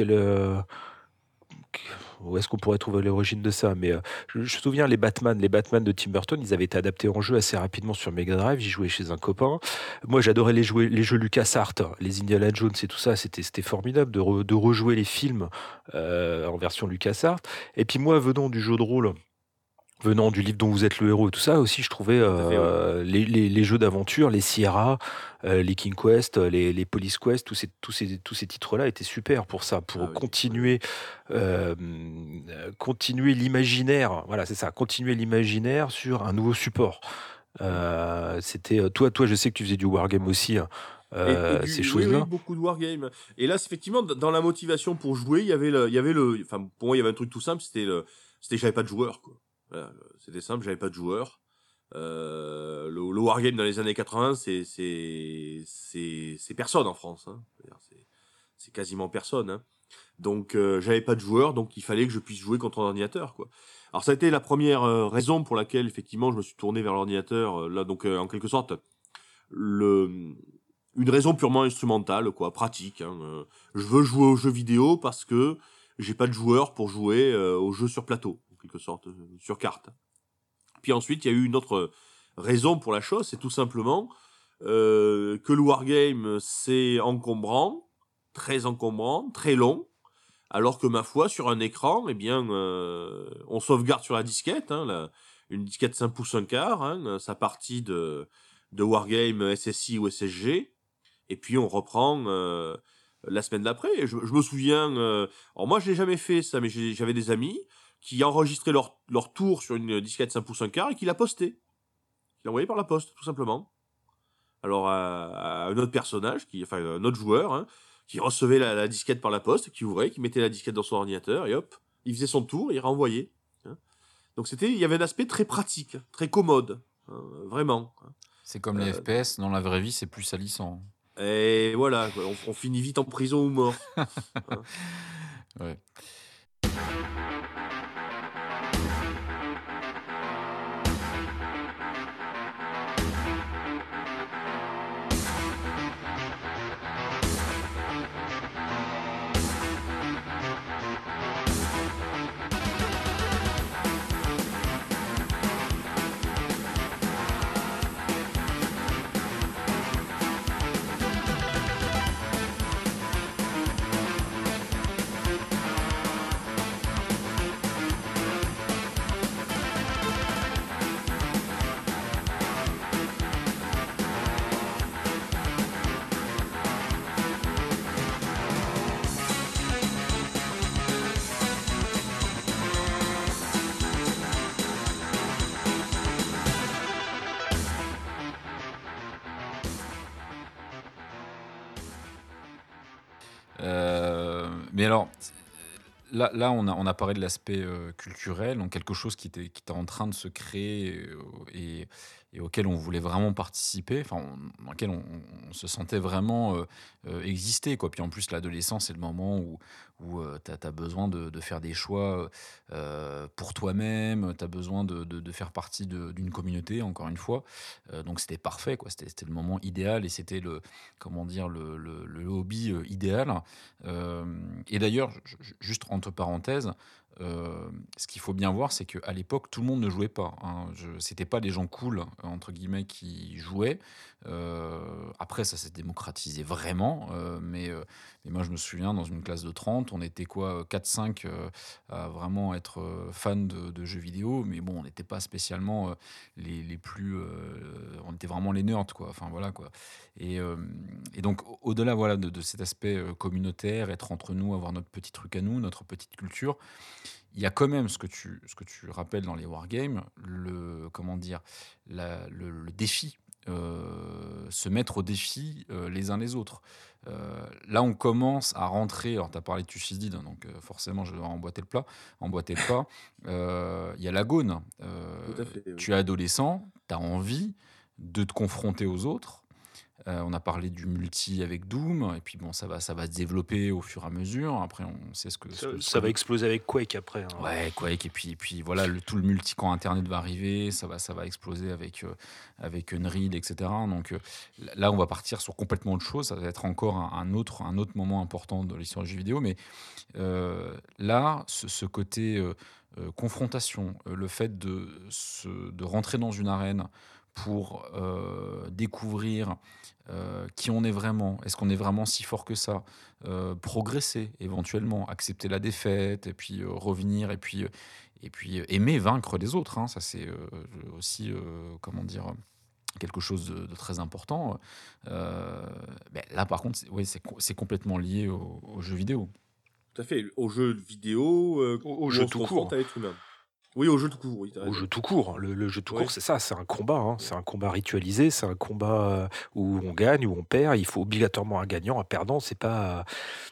où est-ce qu'on pourrait trouver l'origine de ça, mais je me souviens les Batman de Tim Burton, ils avaient été adaptés en jeu assez rapidement sur Mega Drive. J'y jouais chez un copain. Moi, j'adorais les jeux LucasArts, les Indiana Jones et tout ça. C'était formidable de rejouer les films en version LucasArts. Et puis moi, venant du jeu de rôle, venant du livre dont vous êtes le héros et tout ça, aussi, je trouvais les jeux d'aventure, les Sierra, les King Quest, les Police Quest, tous ces titres-là étaient super pour ça, pour continuer l'imaginaire. Voilà, c'est ça, continuer l'imaginaire sur un nouveau support. C'était toi, je sais que tu faisais du wargame aussi. Hein. Ces choses-là. Oui, beaucoup de wargame. Et là, effectivement, dans la motivation pour jouer, enfin, pour moi, il y avait un truc tout simple, c'était j'avais pas de joueur, quoi. Voilà, c'était simple, j'avais pas de joueur. Le wargame dans les années 80, c'est personne en France, hein. C'est quasiment personne, hein. Donc, j'avais pas de joueur, donc il fallait que je puisse jouer contre un ordinateur, quoi. Alors, ça a été la première raison pour laquelle, effectivement, je me suis tourné vers l'ordinateur. Là, donc, en quelque sorte, une raison purement instrumentale, quoi, pratique, hein. Je veux jouer aux jeux vidéo parce que j'ai pas de joueur pour jouer aux jeux sur plateau, en quelque sorte, sur carte. Puis ensuite, il y a eu une autre raison pour la chose, c'est tout simplement que le wargame, c'est encombrant, très long, alors que, ma foi, sur un écran, eh bien, on sauvegarde sur la disquette, hein, une disquette 5 pouces 1/4, hein, sa partie de wargame SSI ou SSG, Et puis on reprend la semaine d'après. Et je me souviens, alors moi je l'ai jamais fait ça, mais j'avais des amis qui enregistraient leur tour sur une disquette 5 pouces 1 quart et qui la postaient. Qui l'envoyaient par la poste, tout simplement. Alors à un autre personnage, enfin un autre joueur, hein, qui recevait la disquette par la poste, qui ouvrait, qui mettait la disquette dans son ordinateur, et hop, il faisait son tour, il renvoyait. Hein. Donc il y avait un aspect très pratique, très commode, hein, vraiment. Hein. C'est comme les FPS, dans la vraie vie, c'est plus salissant. Et voilà, quoi, on finit vite en prison ou mort. Hein. Ouais. Mais alors, là on a parlé de l'aspect culturel, donc quelque chose qui était en train de se créer et auquel on voulait vraiment participer, enfin, dans lequel on se sentait vraiment exister, quoi. Puis en plus, l'adolescence, c'est le moment où tu as besoin de faire des choix pour toi-même, tu as besoin de faire partie d'une communauté, encore une fois. Donc c'était parfait, quoi. C'était le moment idéal et c'était comment dire, le hobby idéal. Et d'ailleurs, juste entre parenthèses, ce qu'il faut bien voir, c'est qu'à l'époque, tout le monde ne jouait pas. Hein. C'était pas les gens cool, entre guillemets, qui jouaient. Après, ça s'est démocratisé vraiment. Mais moi, je me souviens, dans une classe de 30, on était quoi, 4-5 à vraiment être fans de jeux vidéo. Mais bon, on n'était pas spécialement les plus... on était vraiment les nerds, quoi. Enfin, voilà, quoi. Et donc, au-delà voilà, de cet aspect communautaire, être entre nous, avoir notre petit truc à nous, notre petite culture, il y a quand même ce que tu rappelles dans les wargames, comment dire, le défi, se mettre au défi les uns les autres. Là, on commence à rentrer. Alors, tu as parlé de Thucydide, donc forcément, je vais emboîter le pas. Il y a la Gaune. Tout à fait, oui. Tu es adolescent, tu as envie de te confronter aux autres. On a parlé du multi avec Doom, et puis bon, ça va se développer au fur et à mesure. Après, on sait ce que Ça va exploser avec Quake après. Hein. Ouais, Quake, et puis voilà, tout le multi quand Internet va arriver, ça va exploser avec Unreal, etc. Donc là, on va partir sur complètement autre chose. Ça va être encore un autre moment important de l'histoire du jeu vidéo. Mais là, ce côté confrontation, le fait de rentrer dans une arène pour découvrir qui on est vraiment, est-ce qu'on est vraiment si fort que ça, progresser éventuellement, accepter la défaite, et puis revenir, et puis aimer vaincre les autres, hein. Ça c'est aussi, comment dire, quelque chose de très important. Là par contre, c'est complètement lié aux jeux vidéo. Tout à fait, aux jeux vidéo, Au où jeu on se tout confronte court. à l'être humain. Oui, au jeu tout court, oui. t'as Au raison. jeu tout court. Le jeu tout Ouais. court, c'est ça, c'est un combat. Hein. C'est un combat ritualisé, c'est un combat où on gagne, où on perd. Il faut obligatoirement un gagnant, un perdant. C'est pas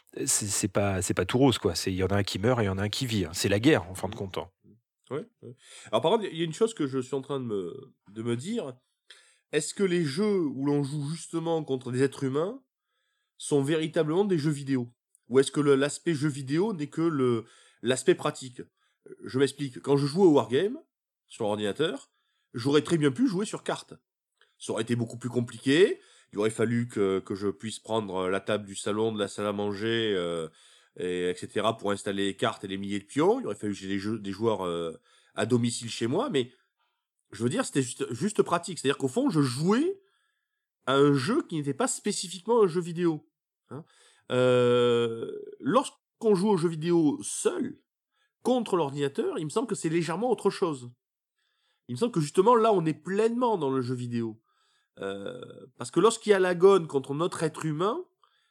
tout rose, quoi. Il y en a un qui meurt et il y en a un qui vit. Hein. C'est la guerre, en fin de compte. Hein. Ouais, ouais. Alors par contre, il y a une chose que je suis en train de me dire. Est-ce que les jeux où l'on joue justement contre des êtres humains sont véritablement des jeux vidéo? Ou est-ce que l'aspect jeu vidéo n'est que l'aspect pratique? Je m'explique. Quand je jouais au Wargame, sur ordinateur, j'aurais très bien pu jouer sur carte. Ça aurait été beaucoup plus compliqué. Il aurait fallu que je puisse prendre la table du salon, de la salle à manger, etc. pour installer les cartes et les milliers de pions. Il aurait fallu que j'ai des joueurs à domicile chez moi. Mais je veux dire, c'était juste pratique. C'est-à-dire qu'au fond, je jouais à un jeu qui n'était pas spécifiquement un jeu vidéo. Hein. Lorsqu'on joue au jeu vidéo seul, contre l'ordinateur, il me semble que c'est légèrement autre chose. Il me semble que justement, là, on est pleinement dans le jeu vidéo. Parce que lorsqu'il y a la gonne contre notre être humain,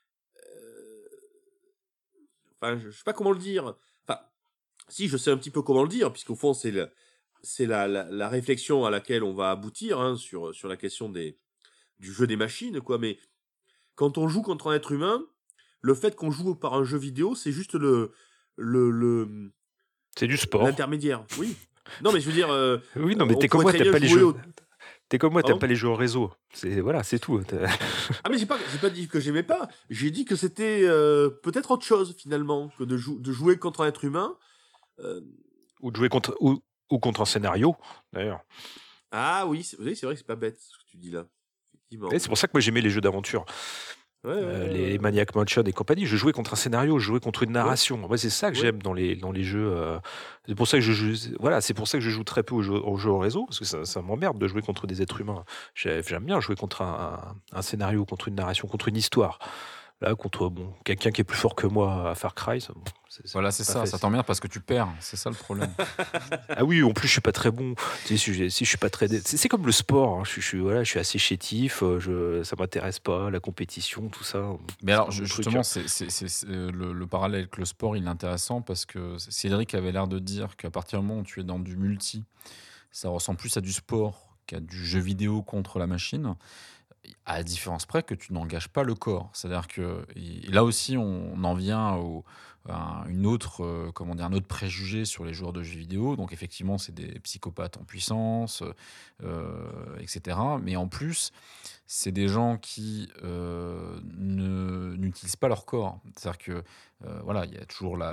enfin, je sais pas comment le dire. Enfin, si, je sais un petit peu comment le dire, puisqu'au fond, c'est la réflexion à laquelle on va aboutir hein, sur la question du jeu des machines, quoi. Mais quand on joue contre un être humain, le fait qu'on joue par un jeu vidéo, c'est juste C'est du sport. l'intermédiaire. Oui. Non, mais je veux dire, Oui, non, mais on t'es comme pourrait moi, très t'aimes bien pas les jouer jeux. au... T'es comme moi, t'aimes Pardon pas les jeux en réseau. Voilà, c'est tout. Ah, mais j'ai pas dit que j'aimais pas. J'ai dit que c'était peut-être autre chose, finalement, que de jouer contre un être humain. Ou de jouer ou contre un scénario, d'ailleurs. Ah oui, c'est vrai que c'est pas bête ce que tu dis là. Effectivement. Et c'est pour ça que moi j'aimais les jeux d'aventure. Les Maniac Mansion et compagnie, je jouais contre un scénario, je jouais contre une narration. Moi, c'est ça que j'aime dans les jeux. C'est pour ça que c'est pour ça que je joue très peu aux jeux au réseau, parce que ça m'emmerde de jouer contre des êtres humains. J'aime bien jouer contre un scénario, contre une narration, contre une histoire. Là, contre quelqu'un qui est plus fort que moi à Far Cry, Voilà, c'est ça. Ça t'emmerde parce que tu perds. C'est ça le problème. Ah oui, en plus je suis pas très bon. Si je suis pas très, c'est comme le sport. Hein. Je suis assez chétif. Ça m'intéresse pas la compétition, tout ça. Mais alors C'est pas mon truc. justement, c'est le parallèle avec le sport, il est intéressant parce que Cédric avait l'air de dire qu'à partir du moment où tu es dans du multi, ça ressemble plus à du sport qu'à du jeu vidéo contre la machine. À la différence près que tu n'engages pas le corps. C'est-à-dire que là aussi, on en vient à un autre préjugé sur les joueurs de jeux vidéo. Donc effectivement, c'est des psychopathes en puissance, etc. Mais en plus, c'est des gens qui n'utilisent pas leur corps. C'est-à-dire que voilà, il y a toujours la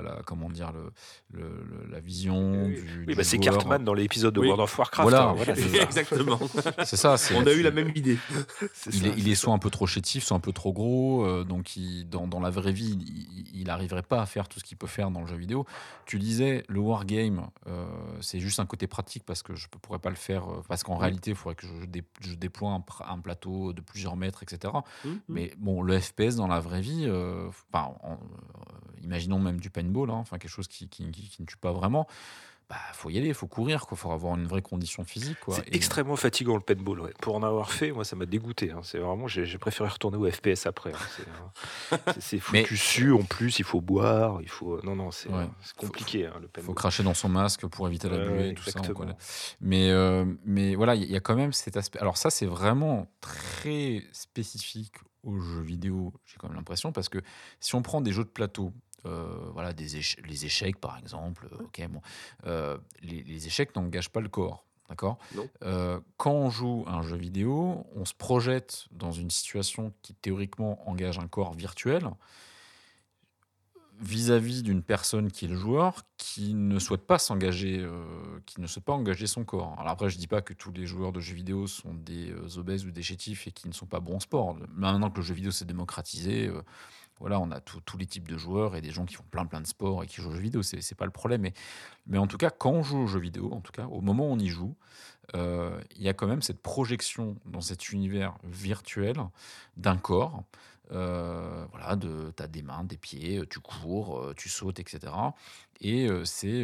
vision du c'est joueur. Cartman dans l'épisode de Oui. World of Warcraft. Voilà, hein, voilà, c'est ça. Exactement. C'est ça. On a eu la même idée. Il est soit un peu trop chétif, soit un peu trop gros. Donc, dans la vraie vie, il n'arriverait pas à faire tout ce qu'il peut faire dans le jeu vidéo. Tu disais, le wargame, c'est juste un côté pratique parce que je ne pourrais pas le faire. Parce qu'en réalité, il faudrait que je déploie un plateau de plusieurs mètres, etc. Mais bon, le FPS dans la vraie vie, imaginons même du paintball, hein, quelque chose qui ne tue pas vraiment. Faut y aller, faut courir, quoi. Faut avoir une vraie condition physique, quoi. C'est extrêmement fatigant le paintball. Ouais. Pour en avoir fait, moi, ça m'a dégoûté. Hein. C'est vraiment, j'ai préféré retourner au FPS après. Hein. C'est foutu su. En plus, il faut boire, Non, c'est compliqué le paintball. Faut cracher dans son masque pour éviter la buée, tout ça. Exactement. Mais voilà, il y a quand même cet aspect. Alors ça, c'est vraiment très spécifique aux jeux vidéo. J'ai quand même l'impression parce que si on prend des jeux de plateau. Les échecs par exemple, les échecs n'engagent pas le corps, d'accord. Quand on joue à un jeu vidéo, on se projette dans une situation qui théoriquement engage un corps virtuel vis-à-vis d'une personne qui est le joueur qui ne souhaite pas s'engager, qui ne souhaite pas engager son corps. Alors après, je dis pas que tous les joueurs de jeux vidéo sont des obèses ou des chétifs et qui ne sont pas bons en sport. Maintenant que le jeu vidéo s'est démocratisé, voilà, on a tous les types de joueurs et des gens qui font plein de sports et qui jouent aux jeux vidéo, c'est pas le problème. Mais en tout cas, quand on joue aux jeux vidéo, en tout cas, au moment où on y joue, il y a quand même cette projection dans cet univers virtuel d'un corps. Voilà, t'as des mains, des pieds, tu cours, tu sautes, etc. Et c'est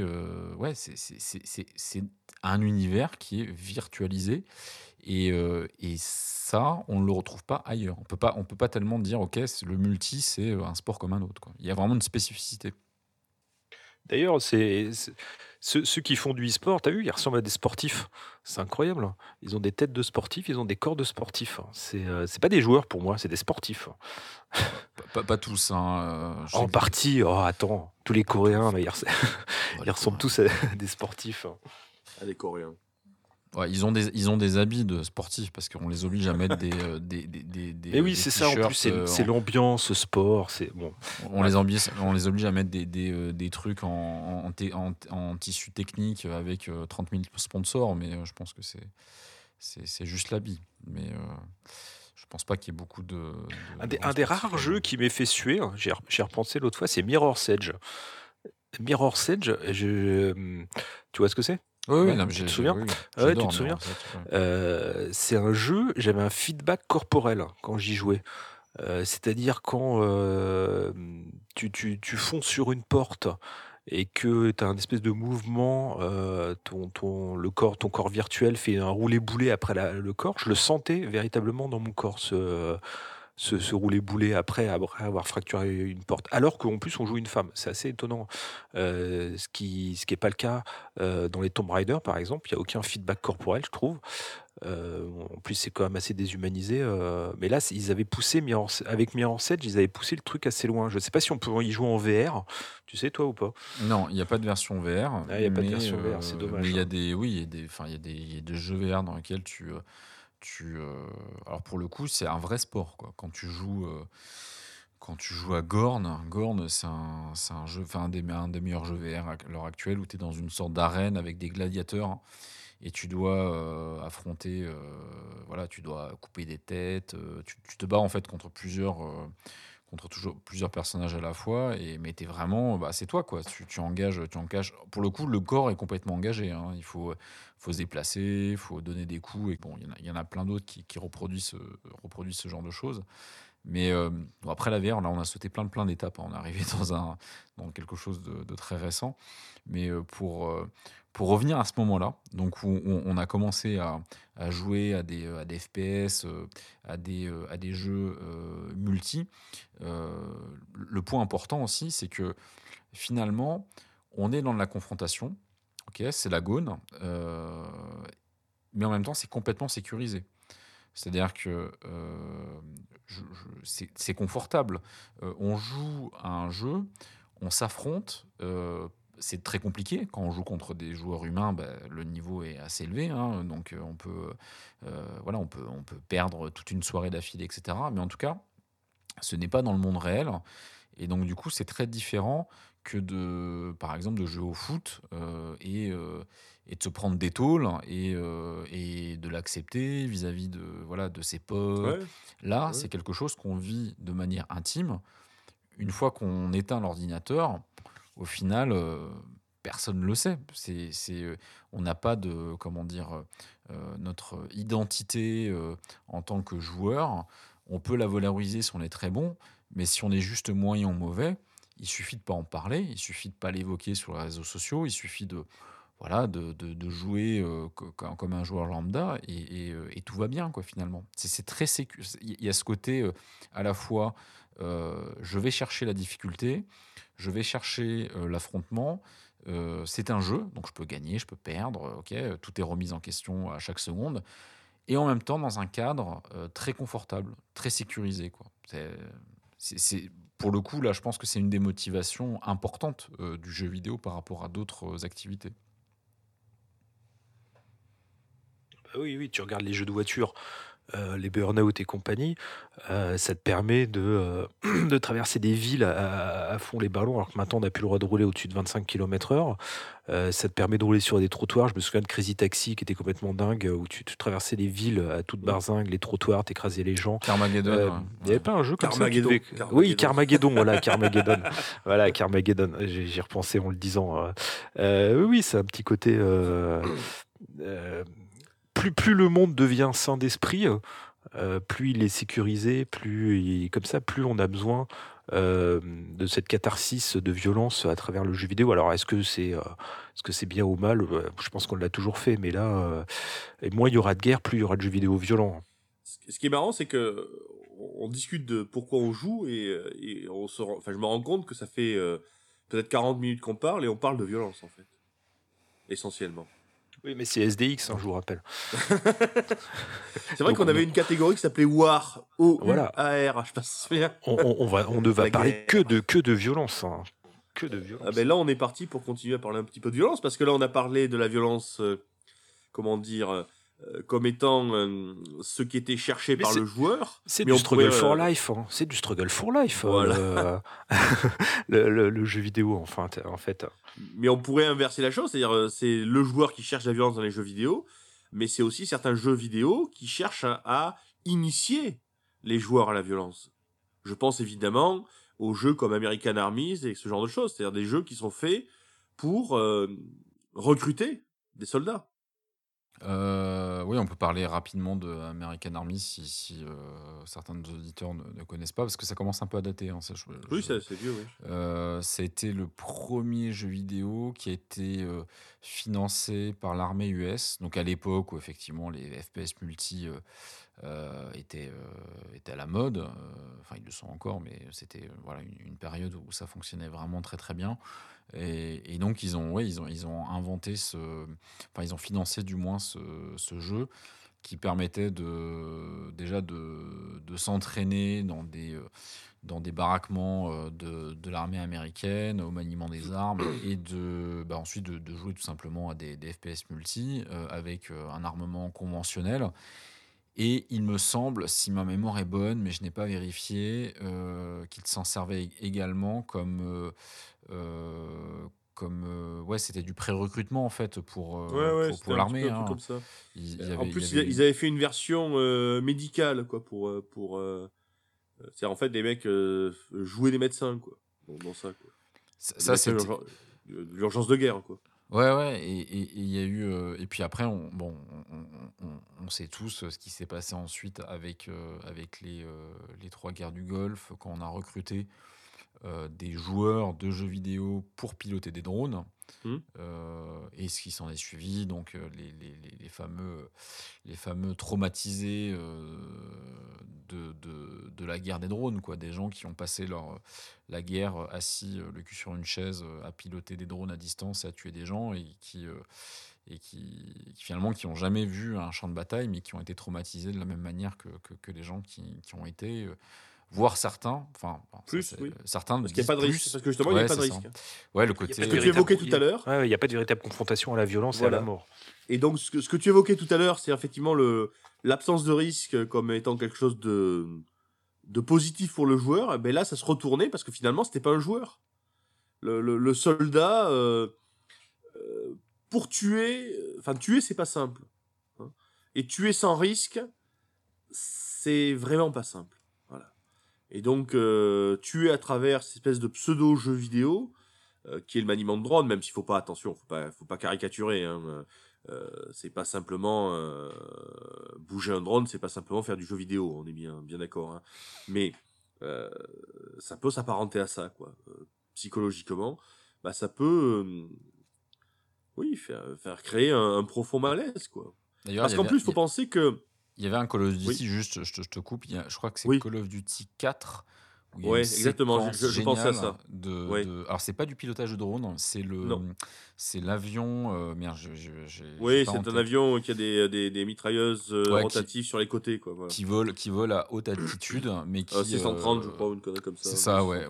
un univers qui est virtualisé. Et ça, on ne le retrouve pas ailleurs. On peut pas tellement dire, ok, le multi, c'est un sport comme un autre, quoi. Il y a vraiment une spécificité. D'ailleurs, ceux qui font du e-sport, t'as vu, ils ressemblent à des sportifs. C'est incroyable. Ils ont des têtes de sportifs, ils ont des corps de sportifs. C'est pas des joueurs pour moi, c'est des sportifs. Pas tous. Hein, En partie, attends, tous les Coréens, mais ils ressemblent tous à des sportifs. Ah, les Coréens. Ouais, ils ont des habits de sportifs parce qu'on les oblige à mettre des Et oui, c'est ça en plus, c'est l'ambiance sport. Bon. On les oblige à mettre des trucs en tissu technique avec 30 000 sponsors, mais je pense que c'est juste l'habit. Mais je pense pas qu'il y ait beaucoup de un des rares jeux qui m'ait fait suer, j'ai repensé l'autre fois, c'est Mirror's Edge. Mirror's Edge, tu vois ce que c'est? Oui, tu te souviens? Ouais, tu te souviens? C'est un jeu, j'avais un feedback corporel quand j'y jouais. C'est-à-dire quand tu fonces sur une porte et que tu as un espèce de mouvement, ton corps virtuel fait un roulé-boulé après le corps. Je le sentais véritablement dans mon corps, ce roulé-boulé après avoir fracturé une porte. Alors qu'en plus, on joue une femme. C'est assez étonnant. Ce qui n'est pas le cas dans les Tomb Raider, par exemple. Il n'y a aucun feedback corporel, je trouve. En plus, c'est quand même assez déshumanisé. Mais là, ils avaient poussé, avec Mirror Edge, ils avaient poussé le truc assez loin. Je ne sais pas si on peut y jouer en VR. Tu sais, toi ou pas? Non, il n'y a pas de version VR. Ah, il n'y a pas de version VR, c'est Mais dommage. il y a hein. des jeux VR dans lesquels alors pour le coup, c'est un vrai sport, quoi. Quand tu joues à Gorn, c'est un jeu, enfin un des meilleurs jeux VR à l'heure actuelle, où tu es dans une sorte d'arène avec des gladiateurs et tu dois affronter, voilà, tu dois couper des têtes, tu te bats en fait contre plusieurs personnages à la fois, mais t'es vraiment, bah, c'est toi, quoi. Tu engages. Pour le coup, le corps est complètement engagé, hein. Il faut se déplacer, il faut donner des coups, et bon, il y en a plein d'autres qui reproduisent ce genre de choses. Mais bon, après la VR, là, on a sauté plein d'étapes, hein. On est arrivé dans quelque chose de très récent. Mais pour revenir à ce moment-là, donc où on a commencé à jouer à des FPS, à des jeux multi, le point important aussi, c'est que finalement, on est dans de la confrontation. Ok, c'est la Gaune, mais en même temps, c'est complètement sécurisé. C'est-à-dire que c'est confortable. On joue à un jeu, on s'affronte. C'est très compliqué. Quand on joue contre des joueurs humains, bah, le niveau est assez élevé, hein. Donc on peut perdre toute une soirée d'affilée, etc. Mais en tout cas, ce n'est pas dans le monde réel. Et donc, du coup, c'est très différent que par exemple, de jouer au foot et de se prendre des tôles et de l'accepter vis-à-vis de ses potes. Ouais, Là, ouais. c'est quelque chose qu'on vit de manière intime. Une fois qu'on éteint l'ordinateur, au final, personne ne le sait. On n'a pas notre identité en tant que joueur. On peut la valoriser si on est très bon, mais si on est juste moyen ou mauvais, il suffit de pas en parler, il suffit de pas l'évoquer sur les réseaux sociaux, il suffit de jouer comme un joueur lambda, et tout va bien, quoi, finalement. C'est très il y a ce côté à la fois, je vais chercher la difficulté, je vais chercher l'affrontement. C'est un jeu, donc je peux gagner, je peux perdre, ok, tout est remis en question à chaque seconde, et en même temps dans un cadre très confortable, très sécurisé, quoi. Pour le coup, là, je pense que c'est une des motivations importantes du jeu vidéo par rapport à d'autres activités. Bah oui, tu regardes les jeux de voiture, les Burnout et compagnie, ça te permet de traverser des villes à fond les ballons, alors que maintenant on n'a plus le droit de rouler au-dessus de 25 km/h. Ça te permet de rouler sur des trottoirs. Je me souviens de Crazy Taxi qui était complètement dingue, où tu traversais des villes à toute barzingue, les trottoirs, t'écrasais les gens. Carmageddon, Il n'y avait pas un jeu comme ça Carmageddon. Oui, Carmageddon, voilà, Carmageddon. Voilà, Carmageddon. J'y repensais en le disant. Oui, c'est un petit côté. Plus le monde devient sain d'esprit, plus il est sécurisé, plus on a besoin de cette catharsis de violence à travers le jeu vidéo. Alors, est-ce que c'est bien ou mal? Je pense qu'on l'a toujours fait, mais là, et moins il y aura de guerre, plus il y aura de jeux vidéo violents. Ce qui est marrant, c'est que on discute de pourquoi on joue, et enfin, je me rends compte que ça fait peut-être 40 minutes qu'on parle, et on parle de violence, en fait. Essentiellement. Oui, mais c'est SDX, je vous rappelle. C'est vrai qu'on avait une catégorie qui s'appelait War, O-U-A-R, je sais pas si c'est bien. On ne va parler que de violence, hein. Que de violence. Ah ben là, on est parti pour continuer à parler un petit peu de violence, parce que là, on a parlé de la violence, comme étant ce qui était cherché par le joueur. C'est du struggle for life, hein. C'est du struggle for life, voilà. le jeu vidéo, enfin, en fait. Mais on pourrait inverser la chose, c'est-à-dire c'est le joueur qui cherche la violence dans les jeux vidéo, mais c'est aussi certains jeux vidéo qui cherchent à initier les joueurs à la violence. Je pense évidemment aux jeux comme American Armies et ce genre de choses, c'est-à-dire des jeux qui sont faits pour recruter des soldats. Oui, on peut parler rapidement de American Army si certains de nos auditeurs ne connaissent pas, parce que ça commence un peu à dater, hein, ça, Oui, c'est vieux, oui. C'était le premier jeu vidéo qui a été financé par l'armée US. Donc à l'époque où effectivement les FPS multi étaient à la mode. Enfin, ils le sont encore, mais c'était voilà une période où ça fonctionnait vraiment très très bien. Et donc ils ont inventé enfin ils ont financé du moins ce jeu qui permettait déjà de s'entraîner dans des baraquements de l'armée américaine, au maniement des armes, et ensuite de jouer tout simplement à des FPS multi avec un armement conventionnel. Et il me semble, si ma mémoire est bonne, mais je n'ai pas vérifié, qu'il s'en servait également ouais, c'était du pré-recrutement en fait Ouais, c'était pour un petit peu l'armée, un truc hein. comme ça. Il y En avait, plus, ils avaient fait une version médicale, quoi, c'est en fait des mecs jouer des médecins, quoi, dans ça, quoi. Des ça médecins c'était. d'urgence de guerre, quoi. Ouais, et il y a eu. Et puis après, on sait tous ce qui s'est passé ensuite avec les trois guerres du Golfe, quand on a recruté des joueurs de jeux vidéo pour piloter des drones. Hmm. Et ce qui s'en est suivi, donc les fameux traumatisés de la guerre des drones, quoi, des gens qui ont passé la guerre assis le cul sur une chaise à piloter des drones à distance et à tuer des gens et qui finalement qui ont jamais vu un champ de bataille, mais qui ont été traumatisés de la même manière que les gens qui ont été voire certains, enfin, Plus, oui. certains Parce qu'il n'y a pas de disent risque. plus. Parce que justement, il n'y Ouais, a pas de c'est ça. risque. Ouais, le Il y a côté. pas de Ce que tu évoquais tout à l'heure. Ouais, il n'y a pas de véritable confrontation à la violence et à Voilà. la mort. Et donc, ce que tu évoquais tout à l'heure, c'est effectivement l'absence de risque comme étant quelque chose de positif pour le joueur. Ben là, ça se retournait parce que finalement, c'était pas un joueur. Le soldat, pour tuer, tuer, c'est pas simple. Hein. Et tuer sans risque, c'est vraiment pas simple. Voilà. Et donc, tuer à travers cette espèce de pseudo-jeu vidéo, qui est le maniement de drone, même s'il faut pas, attention, faut pas caricaturer, hein, c'est pas simplement bouger un drone, c'est pas simplement faire du jeu vidéo, on est bien d'accord, hein. Mais ça peut s'apparenter à ça, quoi. Psychologiquement, bah ça peut, oui, faire créer un profond malaise, quoi. D'ailleurs, Parce qu'en plus, il faut penser que, il y avait un Call of Duty, Oui. juste, je te coupe, je crois que c'est Oui. Call of Duty 4, où il y a Ouais, une exactement, séquence je pensais à géniale ça. Ouais. alors c'est pas du pilotage de drone, Non. c'est l'avion, merde, j'ai Oui, pas en c'est un tête. avion qui a des mitrailleuses Ouais, rotatives sur les côtés, quoi. Voilà. qui vole à haute altitude, mais qui C'est 130, je crois, une connerie comme ça. c'est ça, ouais.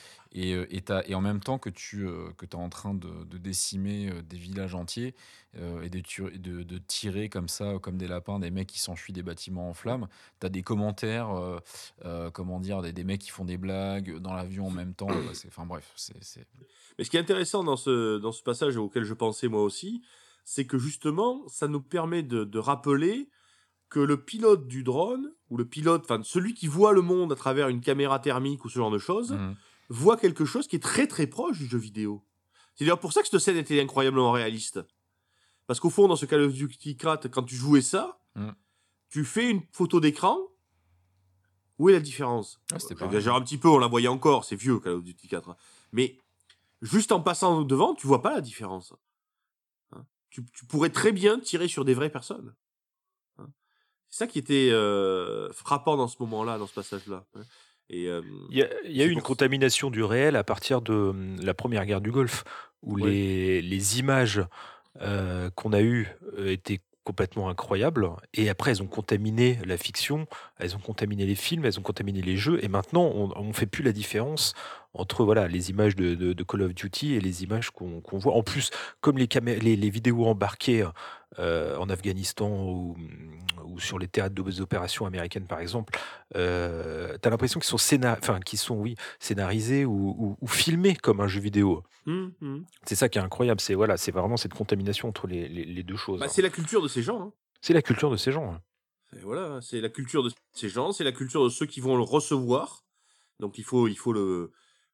Et en même temps que tu es en train de décimer des villages entiers et de tirer comme ça, comme des lapins, des mecs qui s'enfuient des bâtiments en flammes, tu as des commentaires, comment dire, des mecs qui font des blagues dans l'avion en même temps. Enfin bref, c'est. Mais ce qui est intéressant dans ce passage auquel je pensais moi aussi, c'est que justement, ça nous permet de rappeler que le pilote du drone, ou le pilote, celui qui voit le monde à travers une caméra thermique ou ce genre de choses, Mhm. voit quelque chose qui est très très proche du jeu vidéo. C'est d'ailleurs pour ça que cette scène était incroyablement réaliste. Parce qu'au fond, dans ce Call of Duty 4, quand tu jouais ça, tu fais une photo d'écran, où est la différence? Ouais, c'était pareil. J'exagère un petit peu, on la voyait encore, c'est vieux Call of Duty 4. Mais juste en passant devant, tu vois pas la différence. Hein. Tu pourrais très bien tirer sur des vraies personnes. Hein. C'est ça qui était frappant dans ce moment-là, dans ce passage-là. Hein. Et Il y a eu une contamination du réel à partir de la première guerre du Golfe, où Ouais. les images qu'on a eues étaient complètement incroyables. Et après, elles ont contaminé la fiction, elles ont contaminé les films, elles ont contaminé les jeux. Et maintenant, on ne fait plus la différence entre les images de Call of Duty et les images qu'on voit. En plus, comme les vidéos embarquées en Afghanistan ou sur les théâtres des opérations américaines, par exemple, tu as l'impression qu'ils sont, scénarisés ou filmés comme un jeu vidéo. C'est ça qui est incroyable. C'est vraiment cette contamination entre les deux choses. C'est la culture de ces gens. Hein. C'est la culture de ces gens. Hein. Et voilà, c'est la culture de ces gens, c'est la culture de ceux qui vont le recevoir. Donc il faut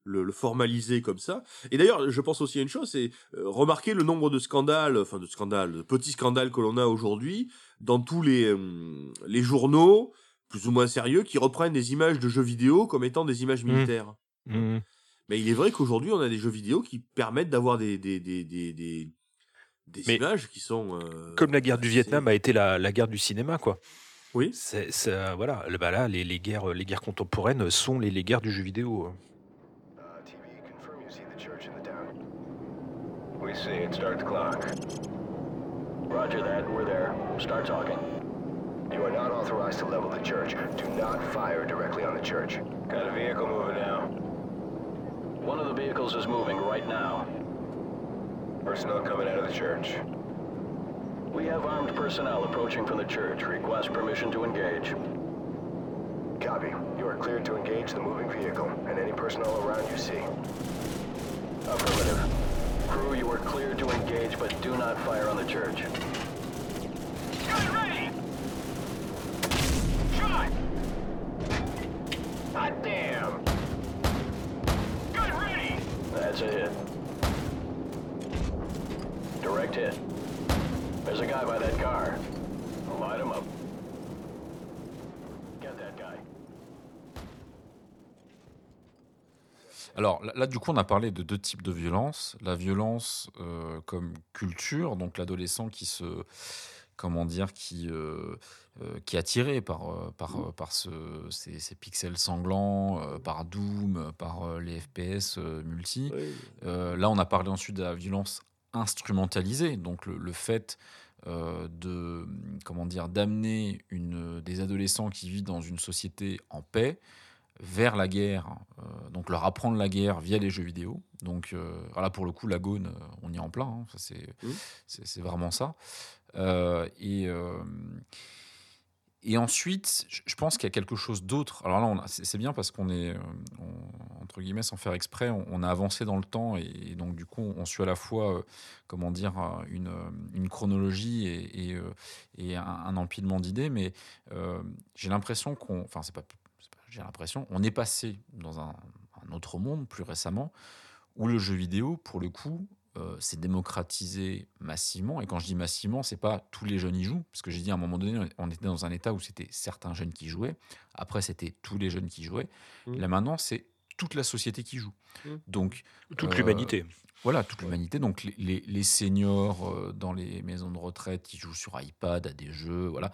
le formaliser comme ça. Et d'ailleurs, je pense aussi à une chose, c'est remarquer le nombre de de petits scandales que l'on a aujourd'hui dans tous les journaux, plus ou moins sérieux, qui reprennent des images de jeux vidéo comme étant des images militaires. Mais il est vrai qu'aujourd'hui, on a des jeux vidéo qui permettent d'avoir des Mais images qui sont comme la guerre du assez... Vietnam a été la guerre du cinéma, quoi. Oui. Voilà, là, les guerres contemporaines sont les guerres du jeu vidéo. TV, confirm you see the church in the town. We see it. Start the clock. Roger that. We're there. Start talking. You are not authorized to level the church. Do not fire directly on the church. Got a vehicle moving now. One of the vehicles is moving right now. Personnel coming out of the church. We have armed personnel approaching from the church. Request permission to engage. Copy. You are cleared to engage the moving vehicle and any personnel around you see. Affirmative. Crew, you are cleared to engage, but do not fire on the church. Gun ready! Shot! Hot damn! Gun ready! That's a hit. Direct hit. There's a guy by that car. Light him up. Get that guy. Alors là, du coup, on a parlé de deux types de violence. La violence comme culture, donc l'adolescent qui se, comment dire, qui est attiré par ces pixels sanglants, par Doom, par les FPS multi. Oui. Là, on a parlé ensuite de la violence instrumentalisée, donc le fait comment dire, d'amener des adolescents qui vivent dans une société en paix vers la guerre, donc leur apprendre la guerre via les jeux vidéo. Donc voilà, pour le coup, la Gaune, on y est en plein, hein, ça, c'est vraiment ça. Et ensuite, je pense qu'il y a quelque chose d'autre. Alors là, c'est bien parce qu'on est, entre guillemets, sans faire exprès, on a avancé dans le temps et donc du coup, on suit à la fois, comment dire, une chronologie et un empilement d'idées. Mais j'ai l'impression enfin, j'ai l'impression, on est passé dans un autre monde plus récemment où le jeu vidéo, pour le coup, s'est démocratisé massivement. Et quand je dis massivement, c'est pas tous les jeunes y jouent, parce que j'ai dit à un moment donné, on était dans un état où c'était certains jeunes qui jouaient. Après, c'était tous les jeunes qui jouaient. Là maintenant, c'est toute la société qui joue. Donc Toute l'humanité. voilà, toute l'humanité. Donc les seniors dans les maisons de retraite qui jouent sur iPad à des jeux, voilà.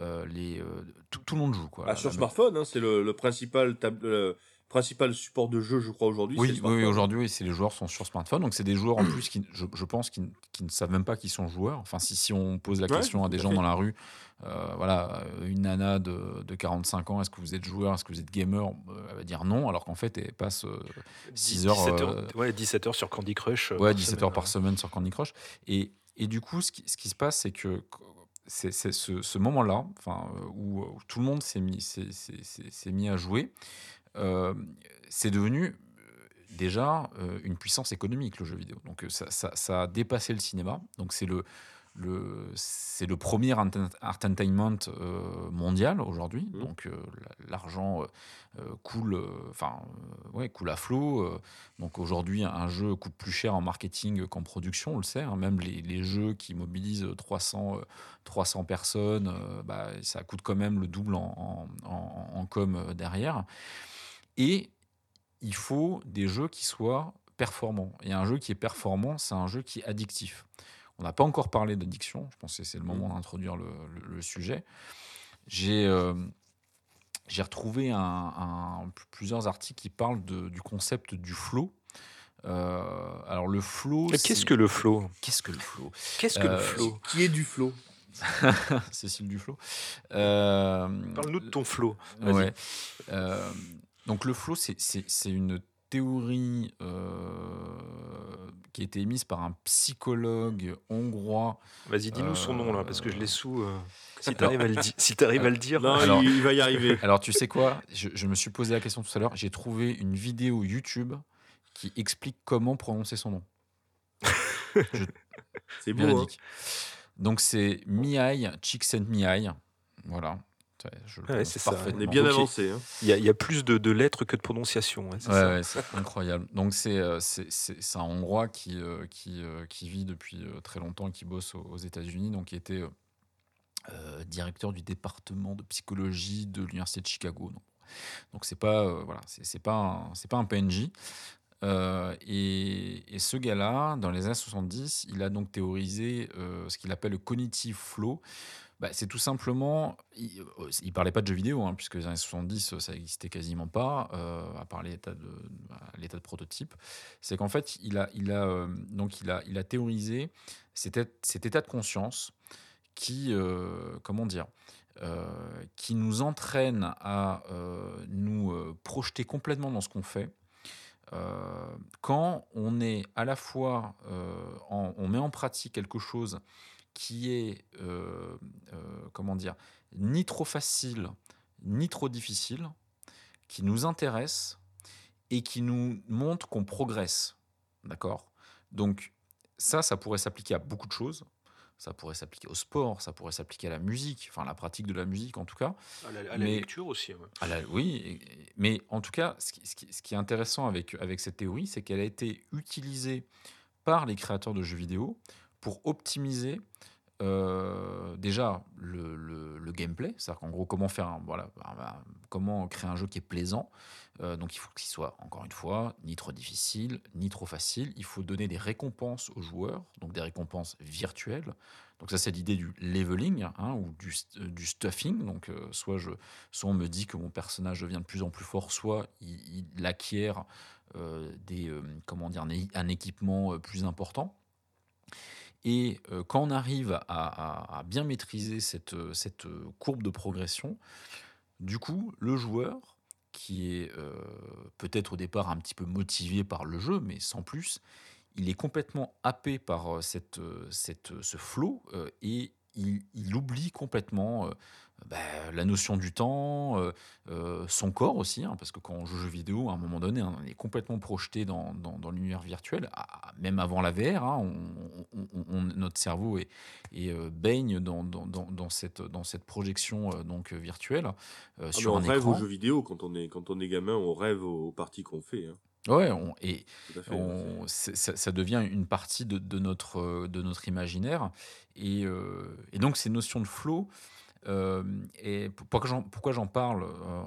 Tout le monde joue, quoi. Sur smartphone, hein, c'est le principal support de jeu, je crois, aujourd'hui. Oui, aujourd'hui, oui, les joueurs sont sur smartphone. Donc, c'est des joueurs en plus qui, je pense, qui ne savent même pas qu'ils sont joueurs. Enfin, si on pose la question à des gens dans la rue, voilà, une nana de 45 ans, est-ce que vous êtes joueur, est-ce que vous êtes gamer, elle va dire non, alors qu'en fait, elle passe 6 heures. 17 heures sur Candy Crush. Ouais, 17 heures par semaine sur Candy Crush. Et du coup, ce qui se passe, c'est que c'est ce moment-là, où tout le monde s'est mis à jouer. C'est devenu déjà une puissance économique, le jeu vidéo. Donc ça a dépassé le cinéma. Donc c'est le premier entertainment mondial aujourd'hui. Donc l'argent coule à flot. Donc aujourd'hui, un jeu coûte plus cher en marketing qu'en production, on le sait. Hein. Même les jeux qui mobilisent 300 personnes, ça coûte quand même le double en com derrière. Et il faut des jeux qui soient performants. Et un jeu qui est performant, c'est un jeu qui est addictif. On n'a pas encore parlé d'addiction. Je pense que c'est le moment d'introduire le sujet. J'ai retrouvé plusieurs articles qui parlent du concept du flow. Alors le flow... Qu'est-ce que le flow ? Qu'est-ce que le flow ? Qu'est-ce que le flow ? Qui est du flow? Cécile Duflo. Parle-nous de ton flow. Ouais. Donc le flow, c'est une théorie qui a été émise par un psychologue hongrois. Vas-y, dis-nous son nom là, parce que je l'ai sous. Si tu arrives à le dire. Non, Alors- il va y arriver. Alors tu sais quoi, je me suis posé la question tout à l'heure. J'ai trouvé une vidéo YouTube qui explique comment prononcer son nom. C'est beau, hein. Véridique. Donc c'est Mihai Csikszentmihalyi. Voilà. Je le Ouais, prononce c'est ça. parfaitement. On est bien Donc, avancé. Hein. Il y a plus de lettres que de prononciation. Ouais, c'est ça. Ouais, c'est incroyable. Donc c'est un Hongrois qui vit depuis très longtemps et qui bosse aux États-Unis, donc qui était directeur du département de psychologie de l'université de Chicago. Donc c'est pas voilà, c'est pas un PNJ. Et ce gars-là, dans les années 70, il a donc théorisé ce qu'il appelle le cognitive flow. Bah, c'est tout simplement, il parlait pas de jeux vidéo, hein, puisque les années 70, ça n'existait quasiment pas, à part l'état de prototype. C'est qu'en fait, il a théorisé cet état de conscience qui, comment dire, qui nous entraîne à nous projeter complètement dans ce qu'on fait. Quand on est à la fois, on met en pratique quelque chose qui est, comment dire, ni trop facile, ni trop difficile, qui nous intéresse et qui nous montre qu'on progresse. D'accord ? Donc, ça pourrait s'appliquer à beaucoup de choses. Ça pourrait s'appliquer au sport, ça pourrait s'appliquer à la musique, enfin la pratique de la musique en tout cas. À la Mais lecture aussi. Ouais. oui, mais en tout cas, ce qui est intéressant avec cette théorie, c'est qu'elle a été utilisée par les créateurs de jeux vidéo pour optimiser déjà le gameplay, c'est-à-dire qu'en gros comment faire comment créer un jeu qui est plaisant. Donc il faut qu'il soit, encore une fois, ni trop difficile ni trop facile. Il faut donner des récompenses aux joueurs, donc des récompenses virtuelles. Donc ça c'est l'idée du leveling, hein, ou du stuffing. Donc soit on me dit que mon personnage devient de plus en plus fort, soit il acquiert un équipement plus important. Et quand on arrive à bien maîtriser cette courbe de progression, du coup, le joueur, qui est peut-être au départ un petit peu motivé par le jeu, mais sans plus, il est complètement happé par ce flow et il oublie complètement la notion du temps, son corps aussi, hein, parce que quand on joue aux jeux vidéo, à un moment donné, hein, on est complètement projeté dans l'univers virtuel, même avant la VR, hein, notre cerveau baigne dans cette projection donc virtuelle sur on un rêve aux écran. jeux vidéo quand on est gamin, on rêve aux parties qu'on fait. Hein. Ouais, Tout à fait. ça devient une partie de notre imaginaire. Et donc, ces notions de flow, et pourquoi j'en parle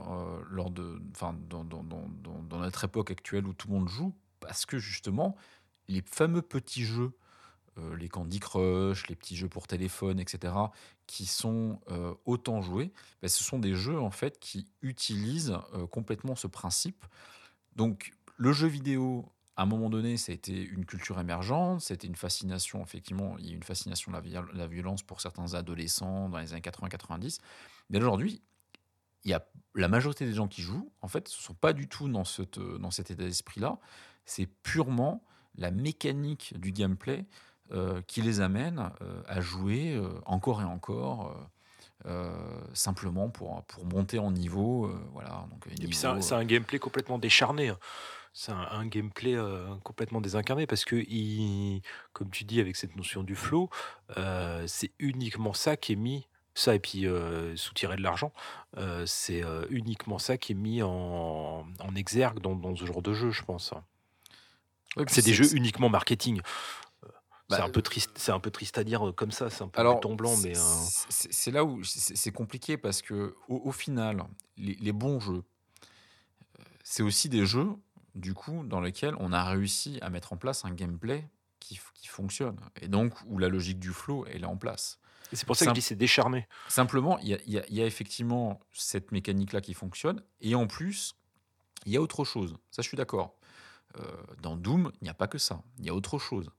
dans notre époque actuelle où tout le monde joue? Parce que justement, les fameux petits jeux, les Candy Crush, les petits jeux pour téléphone, etc., qui sont autant joués, ce sont des jeux en fait qui utilisent complètement ce principe. Donc, le jeu vidéo, à un moment donné, ça a été une culture émergente, c'était une fascination, effectivement, il y a une fascination de la violence pour certains adolescents dans les années 80-90. Mais aujourd'hui, il y a la majorité des gens qui jouent, en fait, ce ne sont pas du tout dans cet état d'esprit-là. C'est purement la mécanique du gameplay qui les amène à jouer encore et encore. Simplement pour monter en niveau, voilà. Donc, Et puis c'est un gameplay complètement décharné. Hein. C'est un gameplay complètement désincarné parce que, comme tu dis, avec cette notion du flow, c'est uniquement ça qui est mis. Ça, et puis soutirer de l'argent, c'est uniquement ça qui est mis en exergue dans ce genre de jeu, je pense. ouais, puis C'est des jeux uniquement marketing. C'est un peu triste à dire comme ça, c'est un peu Alors, béton blanc, mais c'est là où c'est compliqué parce que au final, les bons jeux, c'est aussi des jeux, du coup, dans lesquels on a réussi à mettre en place un gameplay qui fonctionne. Et donc, où la logique du flow, elle est en place. et c'est pour ça que je dis c'est décharné. Simplement, il y a effectivement cette mécanique-là qui fonctionne. Et en plus, il y a autre chose. Ça, je suis d'accord. Dans Doom, il n'y a pas que ça. Il y a autre chose.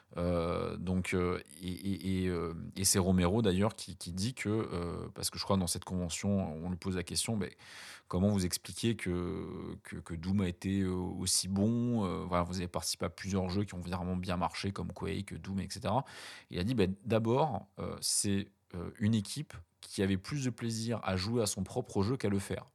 Et c'est Romero d'ailleurs qui dit que, parce que je crois dans cette convention, on lui pose la question, comment vous expliquez que Doom a été aussi bon, voilà, vous avez participé à plusieurs jeux qui ont vraiment bien marché, comme Quake, Doom, etc. Il a dit, d'abord, c'est une équipe qui avait plus de plaisir à jouer à son propre jeu qu'à le faire.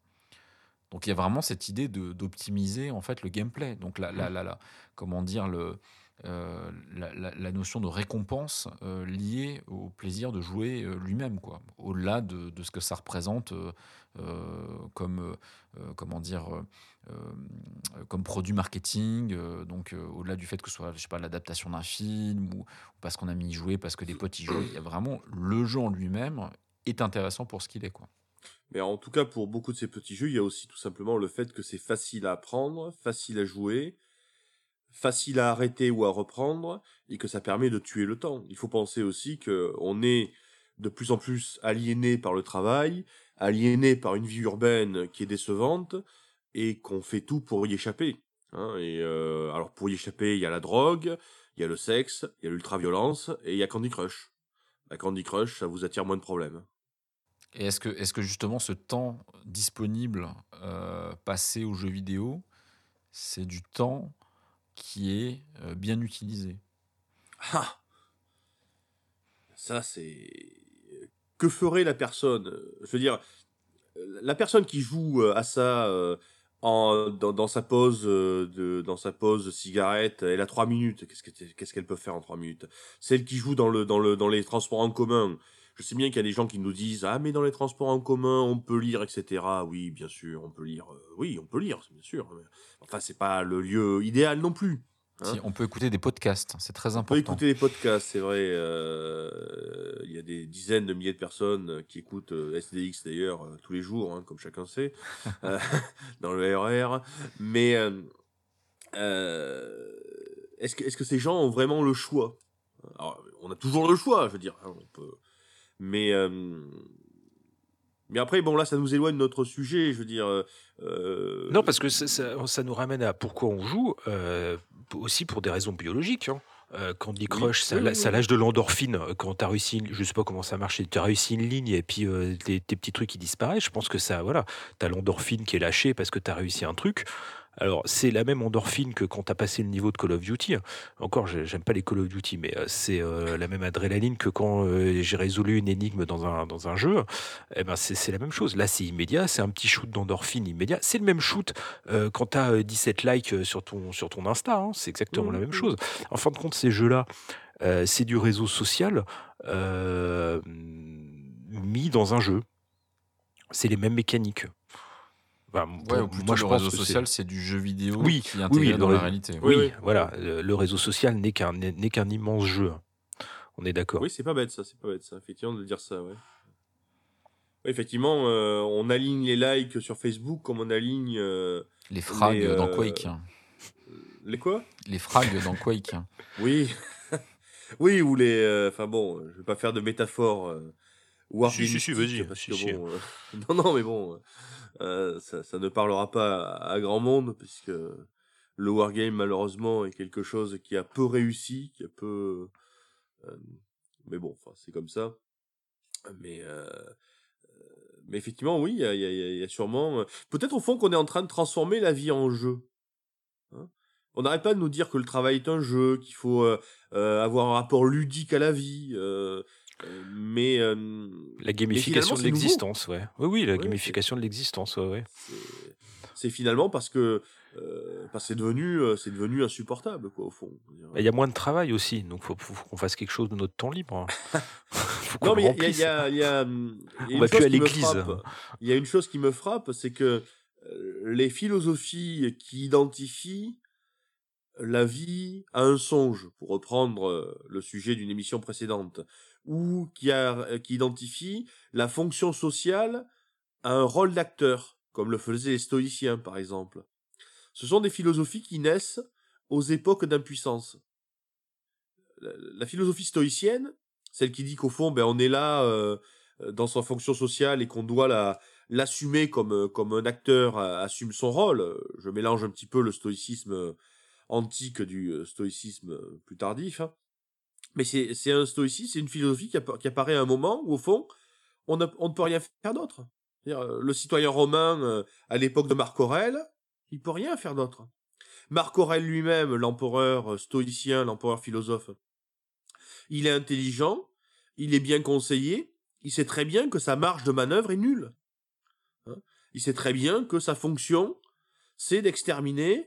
Donc il y a vraiment cette idée d'optimiser en fait le gameplay. Donc comment dire, la notion de récompense liée au plaisir de jouer lui-même, quoi. Au-delà de ce que ça représente comme, comment dire, comme produit marketing. Donc, au-delà du fait que ce soit, je sais pas, l'adaptation d'un film ou parce qu'on a mis y jouer, parce que des potes y jouent, il y a vraiment le jeu en lui-même est intéressant pour ce qu'il est, quoi. Mais en tout cas, pour beaucoup de ces petits jeux, il y a aussi tout simplement le fait que c'est facile à apprendre, facile à jouer, facile à arrêter ou à reprendre, et que ça permet de tuer le temps. Il faut penser aussi que on est de plus en plus aliéné par le travail, aliéné par une vie urbaine qui est décevante, et qu'on fait tout pour y échapper. Hein. Et alors pour y échapper, il y a la drogue, il y a le sexe, il y a l'ultra-violence, et il y a Candy Crush. La Candy Crush, ça vous attire moins de problèmes. Et est-ce que justement ce temps disponible passé aux jeux vidéo, c'est du temps qui est bien utilisé? Ah, ça c'est... Que ferait la personne? Je veux dire, la personne qui joue à ça dans sa pause dans sa pause cigarette, elle a 3 minutes. Qu'est-ce qu'elle peut faire en 3 minutes? Celle qui joue dans les transports en commun. Je sais bien qu'il y a des gens qui nous disent ah mais dans les transports en commun on peut lire, etc. Oui bien sûr on peut lire, oui on peut lire bien sûr. Mais, enfin c'est pas le lieu idéal non plus. Hein. Si, on peut écouter des podcasts, c'est très On peut important. écouter des podcasts, c'est vrai. Il y a des dizaines de milliers de personnes qui écoutent SDX d'ailleurs tous les jours, hein, comme chacun sait, dans le RER. Mais est-ce que ces gens ont vraiment le choix? Alors, on a toujours le choix, je veux dire. Hein, on peut... Mais après, bon, là, ça nous éloigne de notre sujet, je veux dire... Non, parce que ça nous ramène à pourquoi on joue, aussi pour des raisons biologiques. Hein. Candy Crush, Oui. ça lâche de l'endorphine quand tu as réussi, je sais pas comment ça marche, tu as réussi une ligne et puis tes petits trucs qui disparaissent. Je pense que ça, voilà, tu as l'endorphine qui est lâchée parce que tu as réussi un truc. Alors, c'est la même endorphine que quand tu as passé le niveau de Call of Duty. Encore, j'aime pas les Call of Duty, mais c'est la même adrénaline que quand j'ai résolu une énigme dans un jeu. Eh ben, c'est la même chose. Là, c'est immédiat, c'est un petit shoot d'endorphine immédiat. C'est le même shoot quand tu as 17 likes sur ton Insta. Hein. C'est exactement la même chose. En fin de compte, ces jeux-là, c'est du réseau social mis dans un jeu. C'est les mêmes mécaniques. Enfin, Ouais, ou plutôt moi, je le pense réseau que social, c'est du jeu vidéo Oui, qui est intégré dans la réalité. Oui, voilà. Le réseau social n'est qu'un immense jeu. On est d'accord. Oui, c'est pas bête ça, effectivement, de dire ça, ouais. Oui, effectivement, on aligne les likes sur Facebook comme on aligne... les frags dans Quake. Les quoi? Les frags dans Quake. Oui. Oui, ou les... Enfin bon, je vais pas faire de métaphore... Si, vas-y. Parce que bon, non, mais bon, ça ne parlera pas à grand monde, puisque le wargame, malheureusement, est quelque chose qui a peu réussi, qui a peu... mais bon, enfin, c'est comme ça. Mais effectivement, oui, il y a sûrement... Peut-être au fond qu'on est en train de transformer la vie en jeu. Hein, on n'arrête pas de nous dire que le travail est un jeu, qu'il faut avoir un rapport ludique à la vie... mais la gamification de l'existence, ouais. Oui, la ouais, gamification de l'existence, ouais. C'est finalement parce que c'est devenu insupportable, quoi, au fond. Il y a moins de travail aussi, donc faut qu'on fasse quelque chose de notre temps libre. Non, mais il y a on va plus à l'église. Il y a une chose qui me frappe, c'est que les philosophies qui identifient la vie à un songe, pour reprendre le sujet d'une émission précédente, ou qui identifie la fonction sociale à un rôle d'acteur, comme le faisaient les stoïciens, par exemple. Ce sont des philosophies qui naissent aux époques d'impuissance. La philosophie stoïcienne, celle qui dit qu'au fond, on est là dans sa fonction sociale et qu'on doit l'assumer comme un acteur assume son rôle. Je mélange un petit peu le stoïcisme antique du stoïcisme plus tardif, hein. Mais c'est un stoïcisme, c'est une philosophie qui apparaît à un moment où, au fond, on ne peut rien faire d'autre. Le citoyen romain, à l'époque de Marc Aurèle, il peut rien faire d'autre. Marc Aurèle lui-même, l'empereur stoïcien, l'empereur philosophe, il est intelligent, il est bien conseillé, il sait très bien que sa marge de manœuvre est nulle. Hein, il sait très bien que sa fonction, c'est d'exterminer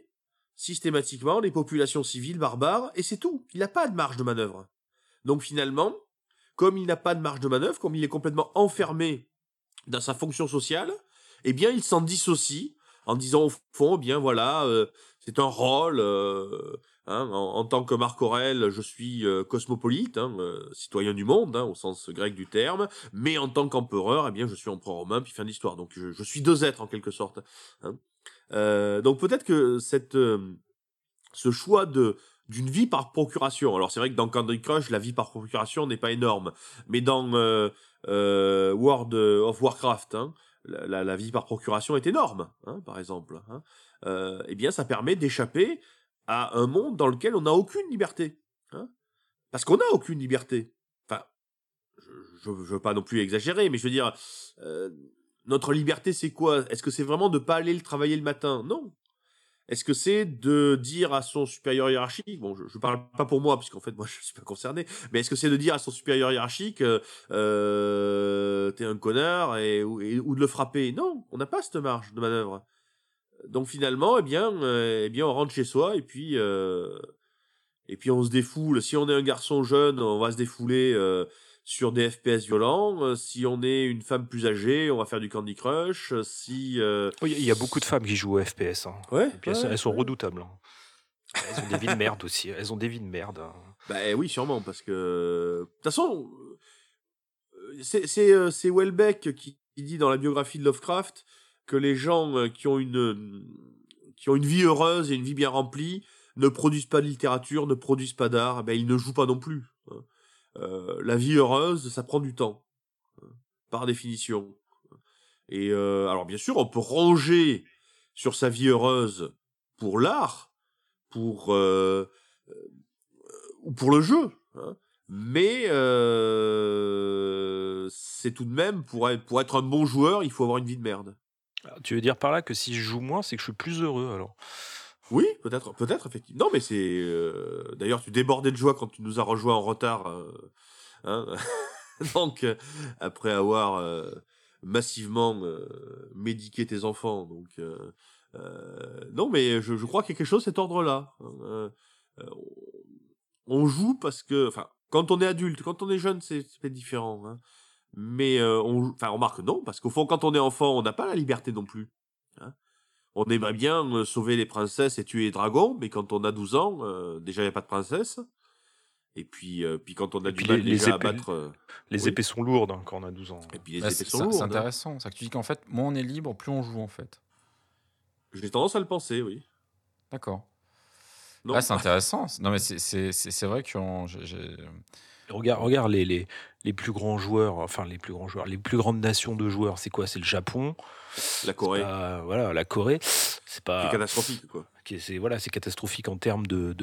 systématiquement les populations civiles barbares, et c'est tout. Il n'a pas de marge de manœuvre. Donc finalement, comme il n'a pas de marge de manœuvre, comme il est complètement enfermé dans sa fonction sociale, eh bien il s'en dissocie en disant au fond, eh bien voilà, c'est un rôle, en tant que Marc Aurèle, je suis cosmopolite, citoyen du monde, au sens grec du terme, mais en tant qu'empereur, eh bien je suis empereur romain, puis fin d'histoire. Donc je suis deux êtres en quelque sorte. Donc peut-être que ce choix d'une vie par procuration. Alors c'est vrai que dans Candy Crush, la vie par procuration n'est pas énorme, mais dans World of Warcraft, la vie par procuration est énorme, par exemple. Eh bien, ça permet d'échapper à un monde dans lequel on n'a aucune liberté. Parce qu'on n'a aucune liberté. Enfin, je veux pas non plus exagérer, mais je veux dire, notre liberté, c'est quoi? Est-ce que c'est vraiment de pas aller travailler le matin? Non. Est-ce que c'est de dire à son supérieur hiérarchique, bon, je parle pas pour moi, puisqu'en fait, moi, je suis pas concerné, mais est-ce que c'est de dire à son supérieur hiérarchique, t'es un connard, ou de le frapper? Non, on n'a pas cette marge de manœuvre. Donc finalement, eh bien, on rentre chez soi, et puis on se défoule. Si on est un garçon jeune, on va se défouler sur des FPS violents. Si on est une femme plus âgée, on va faire du Candy Crush. Oui, il y a beaucoup de femmes qui jouent au FPS. Ouais, et puis elles sont redoutables. Elles ont des vies de merde aussi. Elles ont des vies de merde. Bah oui, sûrement, parce que de toute façon, c'est Welbeck qui dit dans la biographie de Lovecraft que les gens qui ont une vie heureuse et une vie bien remplie ne produisent pas de littérature, ne produisent pas d'art, ils ne jouent pas non plus. La vie heureuse, ça prend du temps, par définition. Et alors bien sûr, on peut ranger sur sa vie heureuse pour l'art, ou pour le jeu, mais c'est tout de même, pour être un bon joueur, il faut avoir une vie de merde. Alors, tu veux dire par là que si je joue moins, c'est que je suis plus heureux alors? Oui, peut-être, effectivement. Non, mais c'est... D'ailleurs, tu débordais de joie quand tu nous as rejoint en retard. Donc, après avoir massivement médiqué tes enfants. Donc, non, mais je crois qu'il y a quelque chose de cet ordre-là. On joue parce que... Enfin, quand on est adulte, quand on est jeune, c'est différent. Mais on remarque non, parce qu'au fond, quand on est enfant, on n'a pas la liberté non plus. On aimerait bien sauver les princesses et tuer les dragons, mais quand on a 12 ans, déjà il n'y a pas de princesse. Et puis quand on a du mal déjà à battre... Les épées sont lourdes quand on a 12 ans. Et puis les épées sont lourdes. C'est intéressant, c'est que tu dis qu'en fait, moins on est libre, plus on joue en fait. J'ai tendance à le penser, oui. D'accord. Non. Ah, c'est intéressant. Non, mais c'est vrai que Regarde les plus grands joueurs, enfin les plus grandes nations de joueurs, c'est quoi? C'est le Japon, La Corée. voilà, la Corée, c'est pas C'est catastrophique, quoi. c'est catastrophique en termes de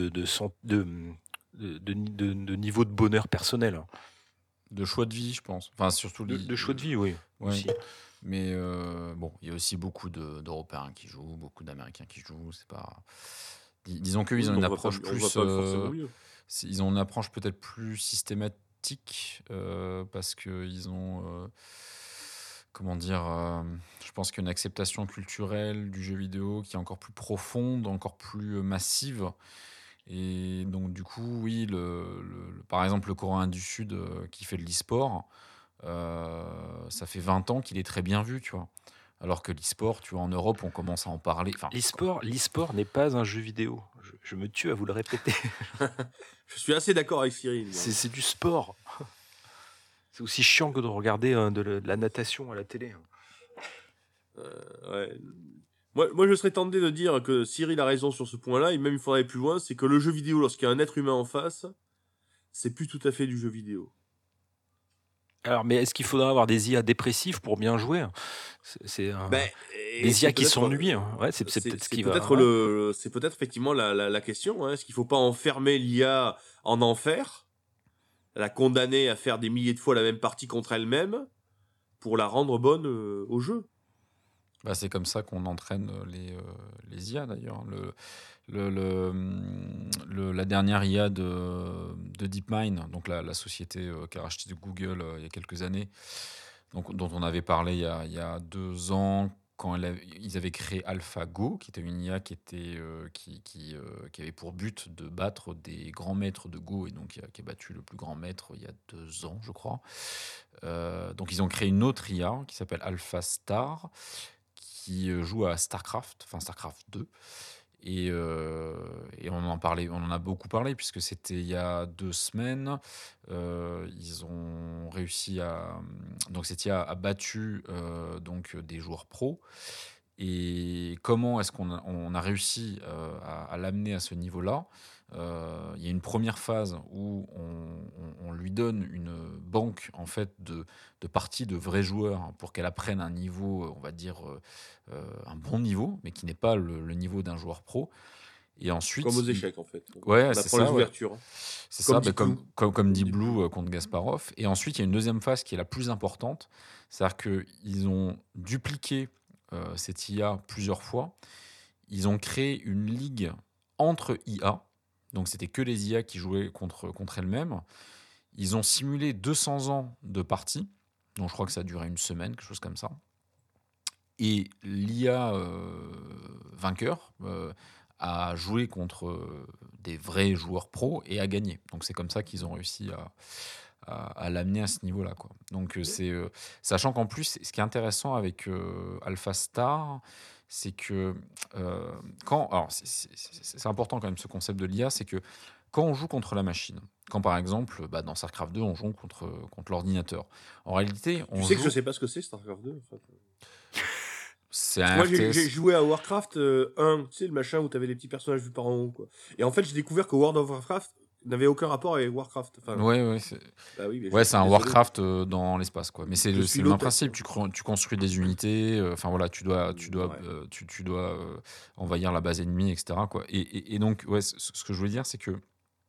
niveau de bonheur personnel. de choix de vie, je pense. Enfin, surtout De choix de vie, oui. Ouais. Aussi. Mais bon, il y a aussi beaucoup d'Européens qui jouent, beaucoup d'Américains qui jouent. C'est pas. Disons qu'ils ont Oui, une on va approche pas- on plus. va pas forcément mieux. Ils ont une approche peut-être plus systématique parce qu'ils ont. Comment dire je pense qu'il y a une acceptation culturelle du jeu vidéo qui est encore plus profonde, encore plus massive. Et donc, du coup, oui, par exemple, le Coréen du Sud qui fait de l'e-sport, ça fait 20 ans qu'il est très bien vu, tu vois. Alors que l'e-sport, tu vois, en Europe, on commence à en parler. Enfin, L'e-sport n'est pas un jeu vidéo. Je me tue à vous le répéter. Je suis assez d'accord avec Cyril. moi. C'est du sport. C'est aussi chiant que de regarder de la natation à la télé. Ouais. Moi, je serais tenté de dire que Cyril a raison sur ce point-là, et même il faudrait aller plus loin, c'est que le jeu vidéo, lorsqu'il y a un être humain en face, c'est plus tout à fait du jeu vidéo. Alors, mais est-ce qu'il faudra avoir des IA dépressifs pour bien jouer? C'est des IA qui s'ennuient. Ouais, c'est peut-être ce qui va. C'est peut-être effectivement la question. Est-ce qu'il ne faut pas enfermer l'IA en enfer, la condamner à faire des milliers de fois la même partie contre elle-même, pour la rendre bonne au jeu? bah, c'est comme ça qu'on entraîne les IA, d'ailleurs. La dernière IA de DeepMind, donc la société qui a racheté Google il y a quelques années, donc, dont on avait parlé il y a 2 ans, ils avaient créé AlphaGo, qui était une IA qui avait pour but de battre des grands maîtres de Go, et donc qui a battu le plus grand maître il y a 2 ans, je crois. Donc ils ont créé une autre IA qui s'appelle AlphaStar, qui joue à StarCraft, enfin StarCraft 2. Et on en a beaucoup parlé, puisque c'était il y a 2 semaines. Ils ont réussi donc cette IA a battu donc des joueurs pros. Et comment est-ce qu'on a réussi à l'amener à ce niveau-là? Il y a une première phase où on lui donne une banque en fait de parties de vrais joueurs pour qu'elle apprenne un niveau, on va dire un bon niveau, mais qui n'est pas le niveau d'un joueur pro. Et ensuite, Comme aux échecs, en fait. Ouais, On c'est apprend ça, les ouais. ouvertures. Hein. C'est Comme ça, dit Blue. comme dit Blue contre Gasparov. Et ensuite, il y a une deuxième phase qui est la plus importante. C'est-à-dire qu'ils ont dupliqué cette IA plusieurs fois. Ils ont créé une ligue entre IA. Donc, c'était que les IA qui jouaient contre elles-mêmes. Ils ont simulé 200 ans de partie. Donc, je crois que ça a duré une semaine, quelque chose comme ça. Et l'IA vainqueur a joué contre des vrais joueurs pros et a gagné. Donc, c'est comme ça qu'ils ont réussi à l'amener à ce niveau-là, quoi. Donc, sachant qu'en plus, ce qui est intéressant avec AlphaStar, c'est que alors c'est important quand même, ce concept de l'IA, c'est que quand on joue contre la machine, quand par exemple dans StarCraft 2 on joue contre l'ordinateur, en réalité on Tu sais joue... que je sais pas ce que c'est StarCraft 2 en fait. C'est un Moi RTS. j'ai joué à Warcraft 1, tu sais le machin où t'avais les petits personnages vus par en haut, quoi. Et en fait j'ai découvert que World of Warcraft n'avait aucun rapport avec Warcraft. Enfin, Ouais, c'est bah oui, mais ouais, je c'est un suis désolé. Warcraft dans l'espace, quoi. Mais c'est Je c'est suis le même low-tech, principe. Tu construis des unités. Enfin voilà, tu dois Ouais. tu dois envahir la base ennemie, etc., quoi. Et donc ouais, ce que je voulais dire, c'est que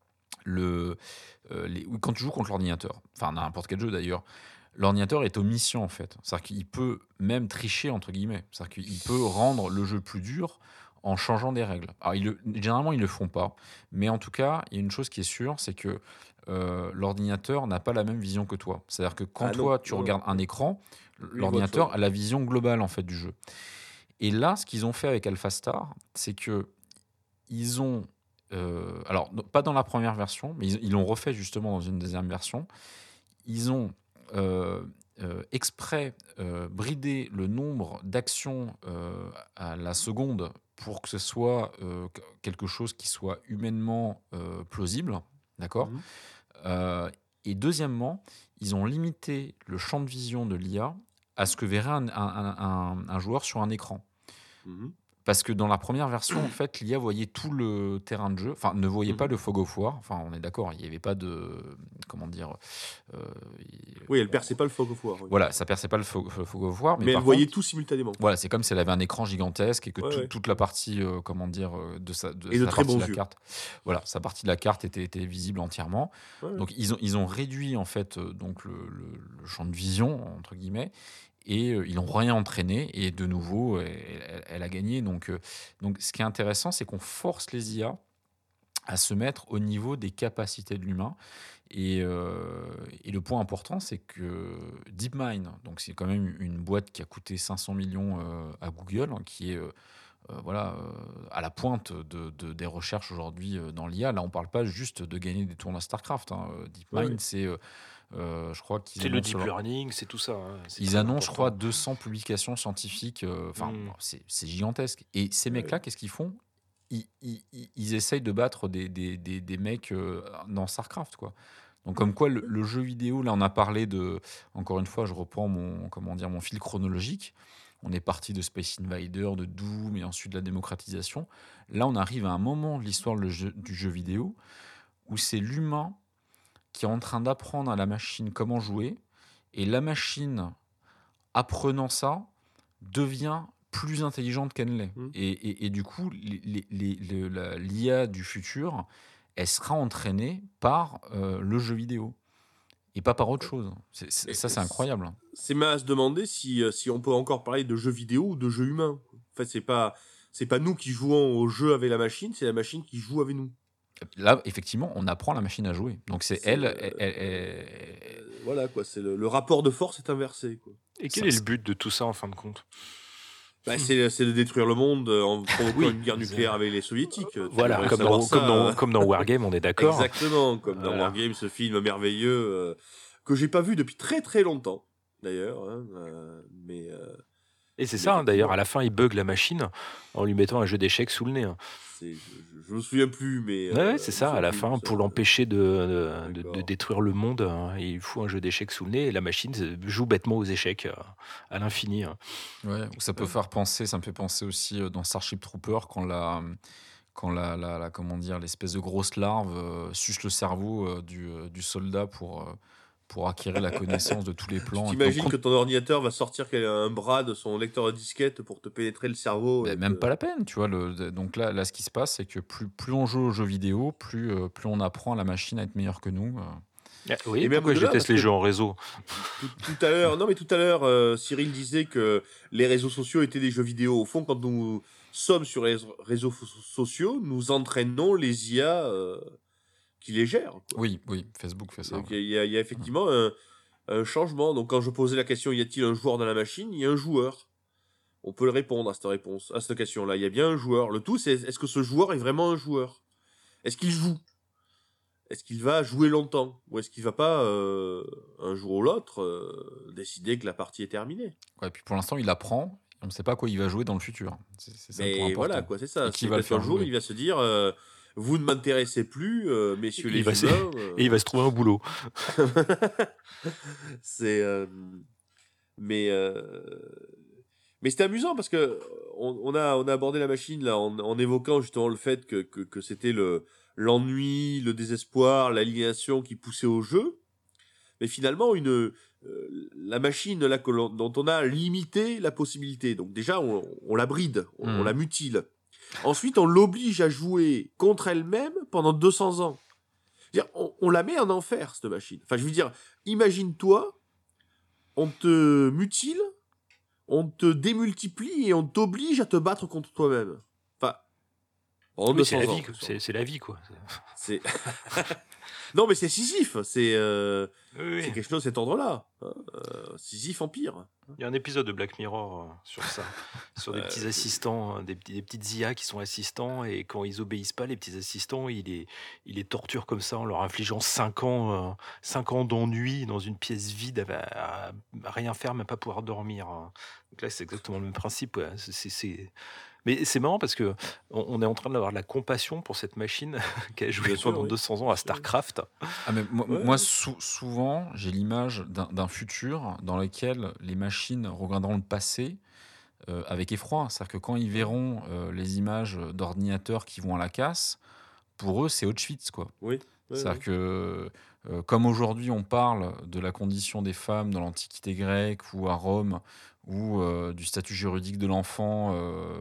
quand tu joues contre l'ordinateur, enfin n'importe quel jeu d'ailleurs, l'ordinateur est omniscient en fait. C'est-à-dire qu'il peut même tricher entre guillemets. C'est-à-dire qu'il peut rendre le jeu plus dur en changeant des règles. Alors généralement ils le font pas, mais en tout cas il y a une chose qui est sûre, c'est que l'ordinateur n'a pas la même vision que toi. C'est-à-dire que quand Ah non, toi tu non, regardes un écran, Lui, il voit autre l'ordinateur chose. a la vision globale en fait du jeu. Et là, ce qu'ils ont fait avec AlphaStar, c'est que ils ont alors pas dans la première version, mais ils l'ont refait justement dans une deuxième version. Ils ont exprès bridé le nombre d'actions à la seconde pour que ce soit quelque chose qui soit humainement plausible, d'accord? Mhm. Et deuxièmement, ils ont limité le champ de vision de l'IA à ce que verrait un joueur sur un écran. Mhm. Parce que dans la première version, en fait, l'IA voyait tout le terrain de jeu, enfin, ne voyait pas Mhm. le fog of war. Enfin, on est d'accord, il n'y avait pas de. Comment dire Oui, elle perçait pas le Fog of War. Oui. Voilà, ça perçait pas le fog of war, mais Mais elle par voyait contre, tout simultanément. voilà, c'est comme si elle avait un écran gigantesque et que Ouais, ouais. toute la partie, comment dire, de Et de sa très partie bons de la yeux. carte, voilà, sa partie de la carte était visible entièrement. Ouais, ouais. Donc ils ont réduit en fait donc le champ de vision entre guillemets, et ils n'ont rien entraîné, et de nouveau elle a gagné. Donc ce qui est intéressant, c'est qu'on force les IA à se mettre au niveau des capacités de l'humain. Et le point important, c'est que DeepMind, donc c'est quand même une boîte qui a coûté 500 millions à Google, hein, qui est voilà, à la pointe des recherches aujourd'hui dans l'IA. Là, on ne parle pas juste de gagner des tournois StarCraft, hein. DeepMind, Ouais. c'est, je crois qu'ils C'est le annoncent, deep learning, c'est tout ça, hein. C'est ils très annoncent, je crois, important. 200 publications scientifiques. Enfin, Mm. bon, c'est gigantesque. Et ces Ouais. mecs-là, qu'est-ce qu'ils font? Ils essayent de battre des mecs dans StarCraft, quoi. Donc, comme quoi, le jeu vidéo, là, on a parlé de. Encore une fois, je reprends mon fil chronologique. On est parti de Space Invader, de Doom, et ensuite de la démocratisation. Là, on arrive à un moment de l'histoire du jeu vidéo où c'est l'humain qui est en train d'apprendre à la machine comment jouer, et la machine, apprenant ça, devient plus intelligente qu'elle l'est. Mm. Et du coup, l'IA du futur, elle sera entraînée par le jeu vidéo et pas par autre chose. Et Ça, c'est incroyable. C'est mal à se demander si on peut encore parler de jeux vidéo ou de jeux humains. En fait, c'est pas nous qui jouons au jeu avec la machine, c'est la machine qui joue avec nous. Là, effectivement, on apprend la machine à jouer. Donc, c'est C'est, elle. Voilà, quoi. C'est le rapport de force est inversé, quoi. Et quel Ça- est le but de tout ça en fin de compte? C'est de détruire le monde en provoquant Oui, une guerre nucléaire avec les soviétiques. Tu Voilà, devrais comme savoir dans, ça. comme dans Wargame, on est d'accord. Exactement, comme dans Voilà. Wargame, ce film merveilleux que j'ai pas vu depuis très très longtemps, d'ailleurs. Et c'est Mais ça, hein, d'ailleurs, effectivement. à la fin, il bug la machine en lui mettant un jeu d'échecs sous le nez. Hein. Je me souviens plus, mais... Ouais, c'est je ça, me à la souviens fin, plus, pour ça. l'empêcher de D'accord. détruire le monde, hein, il fout un jeu d'échecs sous le nez et la machine joue bêtement aux échecs à l'infini. Hein. Ouais, ou ça peut faire penser, ça me fait penser aussi dans Starship Trooper quand comment dire, l'espèce de grosse larve suce le cerveau du soldat pour acquérir la connaissance de tous les Tu plans. t'imagines que ton ordinateur va sortir un bras de son lecteur de disquette pour te pénétrer le cerveau et même te- pas la peine, tu vois. Donc là, ce qui se passe, c'est que plus on joue aux jeux vidéo, plus on apprend à la machine à être meilleure que nous. Oui, Et même pourquoi je au-delà, déteste parce les que jeux en réseau? tout à l'heure, non mais tout à l'heure, Cyril disait que les réseaux sociaux étaient des jeux vidéo. Au fond, quand nous sommes sur les réseaux sociaux, nous entraînons les IA qui les gèrent, quoi. Oui, Facebook fait ça. Donc Ouais. il y a effectivement un changement. Donc quand je posais la question, y a-t-il un joueur dans la machine? Il y a un joueur. On peut le répondre à cette question-là. Il y a bien un joueur. Le tout, c'est est-ce que ce joueur est vraiment un joueur? Est-ce qu'il joue? Est-ce qu'il va jouer longtemps? Ou est-ce qu'il va pas, un jour ou l'autre, décider que la partie est terminée? Ouais, puis pour l'instant, il apprend. On ne sait pas à quoi il va jouer dans le futur. C'est ça le point Mais voilà, important. quoi, c'est ça. Et qui C'est va le peut-être un faire jour, jouer. il va se dire, vous ne m'intéressez plus, messieurs les Il va se- humains. Et il va se trouver un boulot. C'est mais mais c'était amusant parce que on a abordé la machine là en évoquant justement le fait que c'était l'ennui, le désespoir, l'aliénation qui poussait au jeu. Mais finalement la machine là dont on a limité la possibilité. Donc déjà on la bride, on la mutile. Ensuite on l'oblige à jouer contre elle-même pendant 200 ans. C'est-à-dire, on la met en enfer, cette machine. Enfin, je veux dire, imagine-toi, on te mutile, on te démultiplie et on t'oblige à te battre contre toi-même. Enfin, pendant Oui, c'est 200 la ans. vie, quoi. C'est la vie, quoi. C'est... non, mais c'est Sisyphe. C'est Oui. quelque chose de cet ordre-là. Hein. Sisyphe Empire. Il y a un épisode de Black Mirror sur ça, sur des petits assistants, des petites IA qui sont assistants, et quand ils obéissent pas, les petits assistants, ils les torturent comme ça en leur infligeant 5 ans d'ennui dans une pièce vide à rien faire, même pas pouvoir dormir. Donc là, c'est exactement le même principe. Ouais. Mais c'est marrant parce que on est en train d'avoir de la compassion pour cette machine qui a joué Bien sûr, pendant oui. 200 ans à StarCraft. Ah, mais Ouais. moi souvent, j'ai l'image d'un futur dans lequel les machines regarderont le passé avec effroi. C'est-à-dire que quand ils verront les images d'ordinateurs qui vont à la casse, pour eux, c'est Auschwitz, quoi. Oui. C'est-à-dire que, comme aujourd'hui on parle de la condition des femmes dans l'Antiquité grecque ou à Rome, ou du statut juridique de l'enfant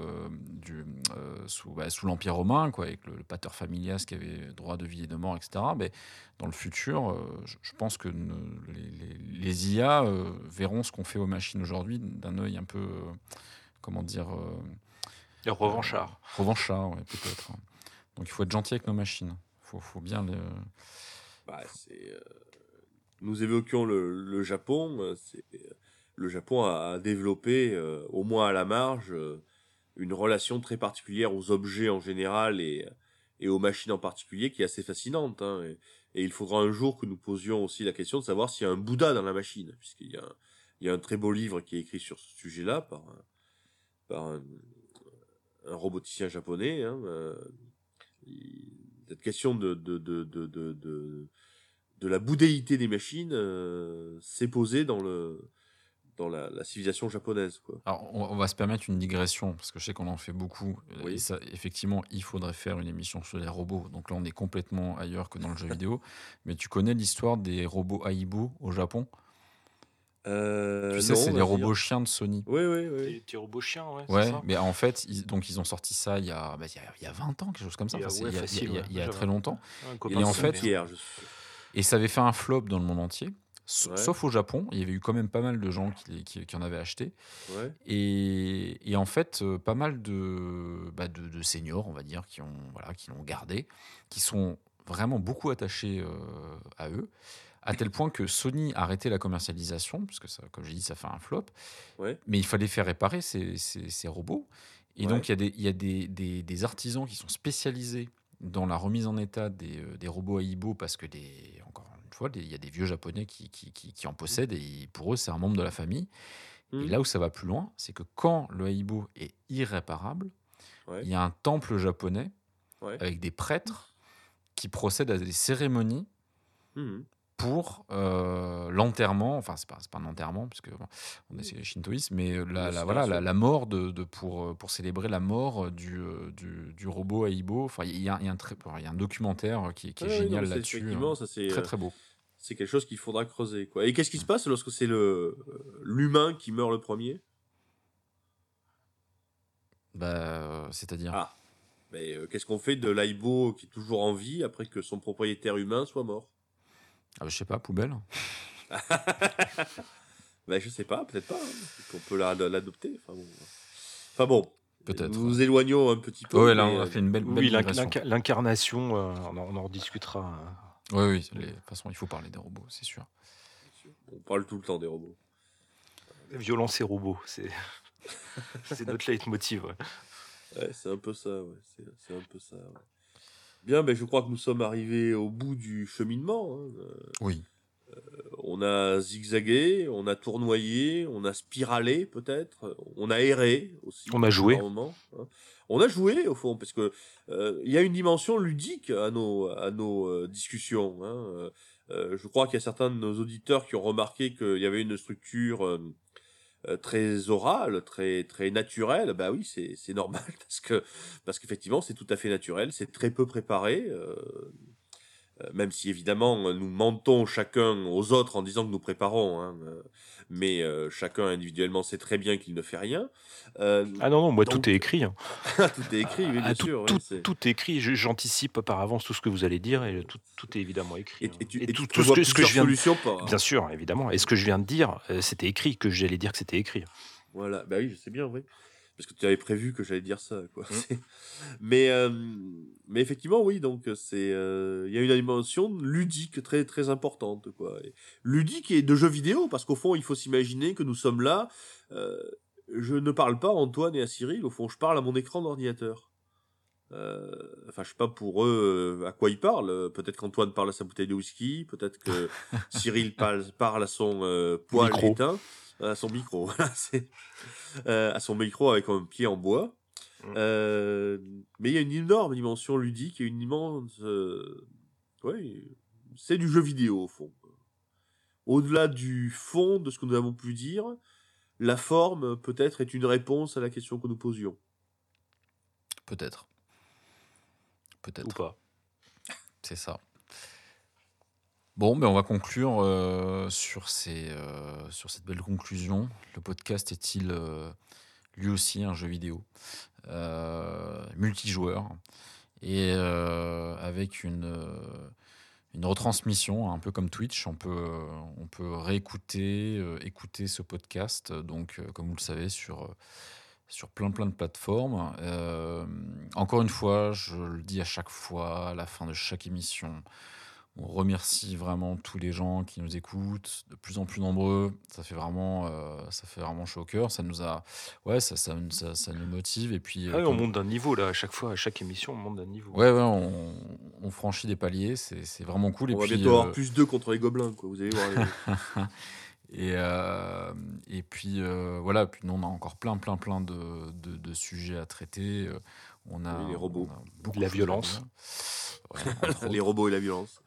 sous l'Empire romain, quoi, avec le pater familias qui avait droit de vie et de mort, etc. Mais dans le futur, je pense que les IA verront ce qu'on fait aux machines aujourd'hui d'un œil un peu, comment dire, Revanchard. revanchard, ouais, peut-être. Donc il faut être gentil avec nos machines. Faut bien les... Bah, nous évoquions le Japon. Le Japon a développé, au moins à la marge, une relation très particulière aux objets en général et aux machines en particulier qui est assez fascinante. Hein. Et il faudra un jour que nous posions aussi la question de savoir s'il y a un Bouddha dans la machine, puisqu'il y a un très beau livre qui est écrit sur ce sujet-là par un roboticien japonais. Hein. Cette question de la bouddhéité des machines s'est posée dans la civilisation japonaise, quoi. Alors, on va se permettre une digression, parce que je sais qu'on en fait beaucoup. Oui. Et ça, effectivement, il faudrait faire une émission sur les robots. Donc là, on est complètement ailleurs que dans le jeu vidéo. Mais tu connais l'histoire des robots Aibo au Japon? Tu sais, Non, c'est les vas-y. robots chiens de Sony. Oui. Les petits robots chiens, ouais. c'est Ouais, ça. mais en fait, ils ont sorti ça il y a 20 ans, quelque chose comme ça. Enfin, Ouais, facile, ouais, il y a déjà très longtemps. Un Et copain en de fait, Saint-Pierre. Pierre, je suis... Et ça avait fait un flop dans le monde entier. Ouais. Sauf au Japon. Il y avait eu quand même pas mal de gens qui en avaient acheté. Ouais. Et en fait, pas mal de seniors, on va dire, qui l'ont gardé, qui sont vraiment beaucoup attachés à eux, à tel point que Sony a arrêté la commercialisation, parce que ça, comme j'ai dit, ça fait un flop, Ouais. mais il fallait faire réparer ces robots. Et Ouais. donc, il y a des artisans qui sont spécialisés dans la remise en état des robots Aibo, parce que, encore une fois, il y a des vieux Japonais qui en possèdent, et pour eux, c'est un membre de la famille. Et Mhm. là où ça va plus loin, c'est que quand le Aibo est irréparable, Ouais. il y a un temple japonais Ouais. avec des prêtres qui procèdent à des cérémonies Mhm. pour l'enterrement, enfin c'est pas un enterrement puisque bon, on est shintoïste, mais la mort pour célébrer la mort du robot Aibo. Enfin il y a un documentaire qui est Ouais, ouais, non, génial mais là-dessus, effectivement, ça c'est très très beau. c'est quelque chose qu'il faudra creuser, quoi. Et qu'est-ce qui se passe lorsque c'est l'humain qui meurt le premier? C'est-à-dire Ah, mais qu'est-ce qu'on fait de l'Aibo qui est toujours en vie après que son propriétaire humain soit mort? je sais pas, poubelle. Ben, je sais pas, peut-être pas, hein. Qu'on peut l'adopter. Enfin bon, Peut-être. nous nous éloignons un petit peu. Ouais, là mais, on a fait une belle Oui, digression. l'incarnation, on en rediscutera. Oui, de toute façon il faut parler des robots, c'est sûr. on parle tout le temps des robots. Violence et robots, c'est c'est notre leitmotiv. Ouais. Ouais, c'est un peu ça, ouais. C'est un peu ça, ouais. Bien, ben, je crois que nous sommes arrivés au bout du cheminement, hein. Oui. On a zigzagué, on a tournoyé, on a spiralé peut-être, on a erré aussi. On a joué. par moments, hein. On a joué au fond, parce que il y a une dimension ludique à nos discussions, hein. Je crois qu'il y a certains de nos auditeurs qui ont remarqué qu'il y avait une structure très orale, très très naturelle. Bah oui, c'est normal parce qu'effectivement c'est tout à fait naturel, c'est très peu préparé. Même si évidemment nous mentons chacun aux autres en disant que nous préparons, hein, mais chacun individuellement sait très bien qu'il ne fait rien. Ah non, moi donc- tout est écrit. Hein. Tout est écrit, oui, bien Ah, sûr. tout est écrit. J'anticipe par avance tout ce que vous allez dire et tout est évidemment écrit. Et hein. tu tout prévois ce que je viens de... solutions pas. Bien sûr, évidemment. Et ce que je viens de dire, c'était écrit, que j'allais dire que c'était écrit. Voilà, bah oui, je sais bien, oui. Parce que tu avais prévu que j'allais dire ça, quoi. Mm. Mais effectivement, oui, donc il y a une dimension ludique très très importante, quoi. Et ludique et de jeux vidéo, parce qu'au fond, il faut s'imaginer que nous sommes là. Je ne parle pas à Antoine et à Cyril, au fond, je parle à mon écran d'ordinateur. Enfin, je sais pas pour eux à quoi ils parlent. Peut-être qu'Antoine parle à sa bouteille de whisky, peut-être que Cyril parle à son poêle Micro. éteint, à son micro. Voilà, à son micro avec un pied en bois. Mm. Mais il y a une énorme dimension ludique et une immense. Ouais, c'est du jeu vidéo au fond. Au-delà du fond de ce que nous avons pu dire, la forme peut-être est une réponse à la question que nous posions. Peut-être. Ou pas. C'est ça. Bon, on va conclure sur cette belle conclusion. Le podcast est-il lui aussi un jeu vidéo multijoueur et avec une retransmission, un peu comme Twitch. On peut réécouter, écouter ce podcast, donc comme vous le savez, sur plein de plateformes. Encore une fois, je le dis à chaque fois, à la fin de chaque émission, on remercie vraiment tous les gens qui nous écoutent, de plus en plus nombreux. Ça fait vraiment chaud au cœur. Ça nous motive. Et puis, Ah oui, on monte d'un niveau là, à chaque fois, à chaque émission, on monte d'un niveau. ouais, on franchit des paliers. C'est vraiment cool. On Et va puis, bientôt avoir plus 2 contre les gobelins, quoi. Vous allez voir. Et puis voilà, puis nous on a encore plein de sujets à traiter. On a, Oui, les robots. on a beaucoup La de choses à violence. dire. Ouais, entre Les autres. robots et la violence.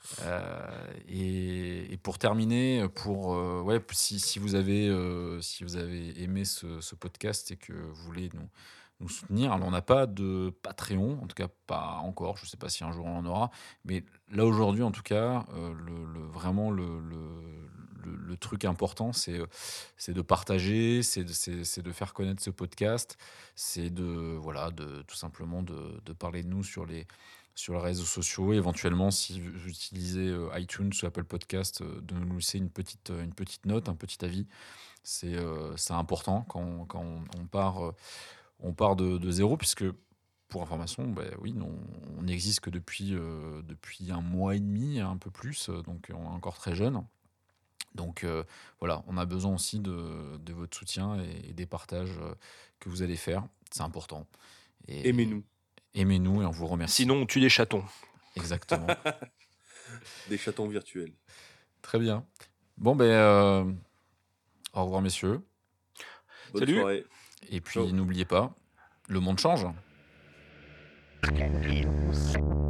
Et pour terminer, si vous avez aimé ce podcast et que vous voulez nous soutenir, alors on n'a pas de Patreon, en tout cas pas encore, je ne sais pas si un jour on en aura, mais là aujourd'hui en tout cas, vraiment le truc important, c'est de partager, c'est de faire connaître ce podcast, c'est tout simplement de parler de nous sur les réseaux sociaux, et éventuellement si vous utilisez iTunes ou Apple Podcast, de nous laisser une petite note, un petit avis. C'est important quand on part de zéro, puisque pour information, oui, on n'existe que depuis 1 mois et demi, un peu plus, donc on est encore très jeune. Donc voilà, on a besoin aussi de votre soutien et des partages que vous allez faire. C'est important. Et Aimez-nous. aimez-nous et on vous remercie. Sinon, on tue des chatons. Exactement. Des chatons virtuels. Très bien. Bon, au revoir, messieurs. Bonne Salut. soirée. Et puis, Ciao. n'oubliez pas, le monde change. Can you say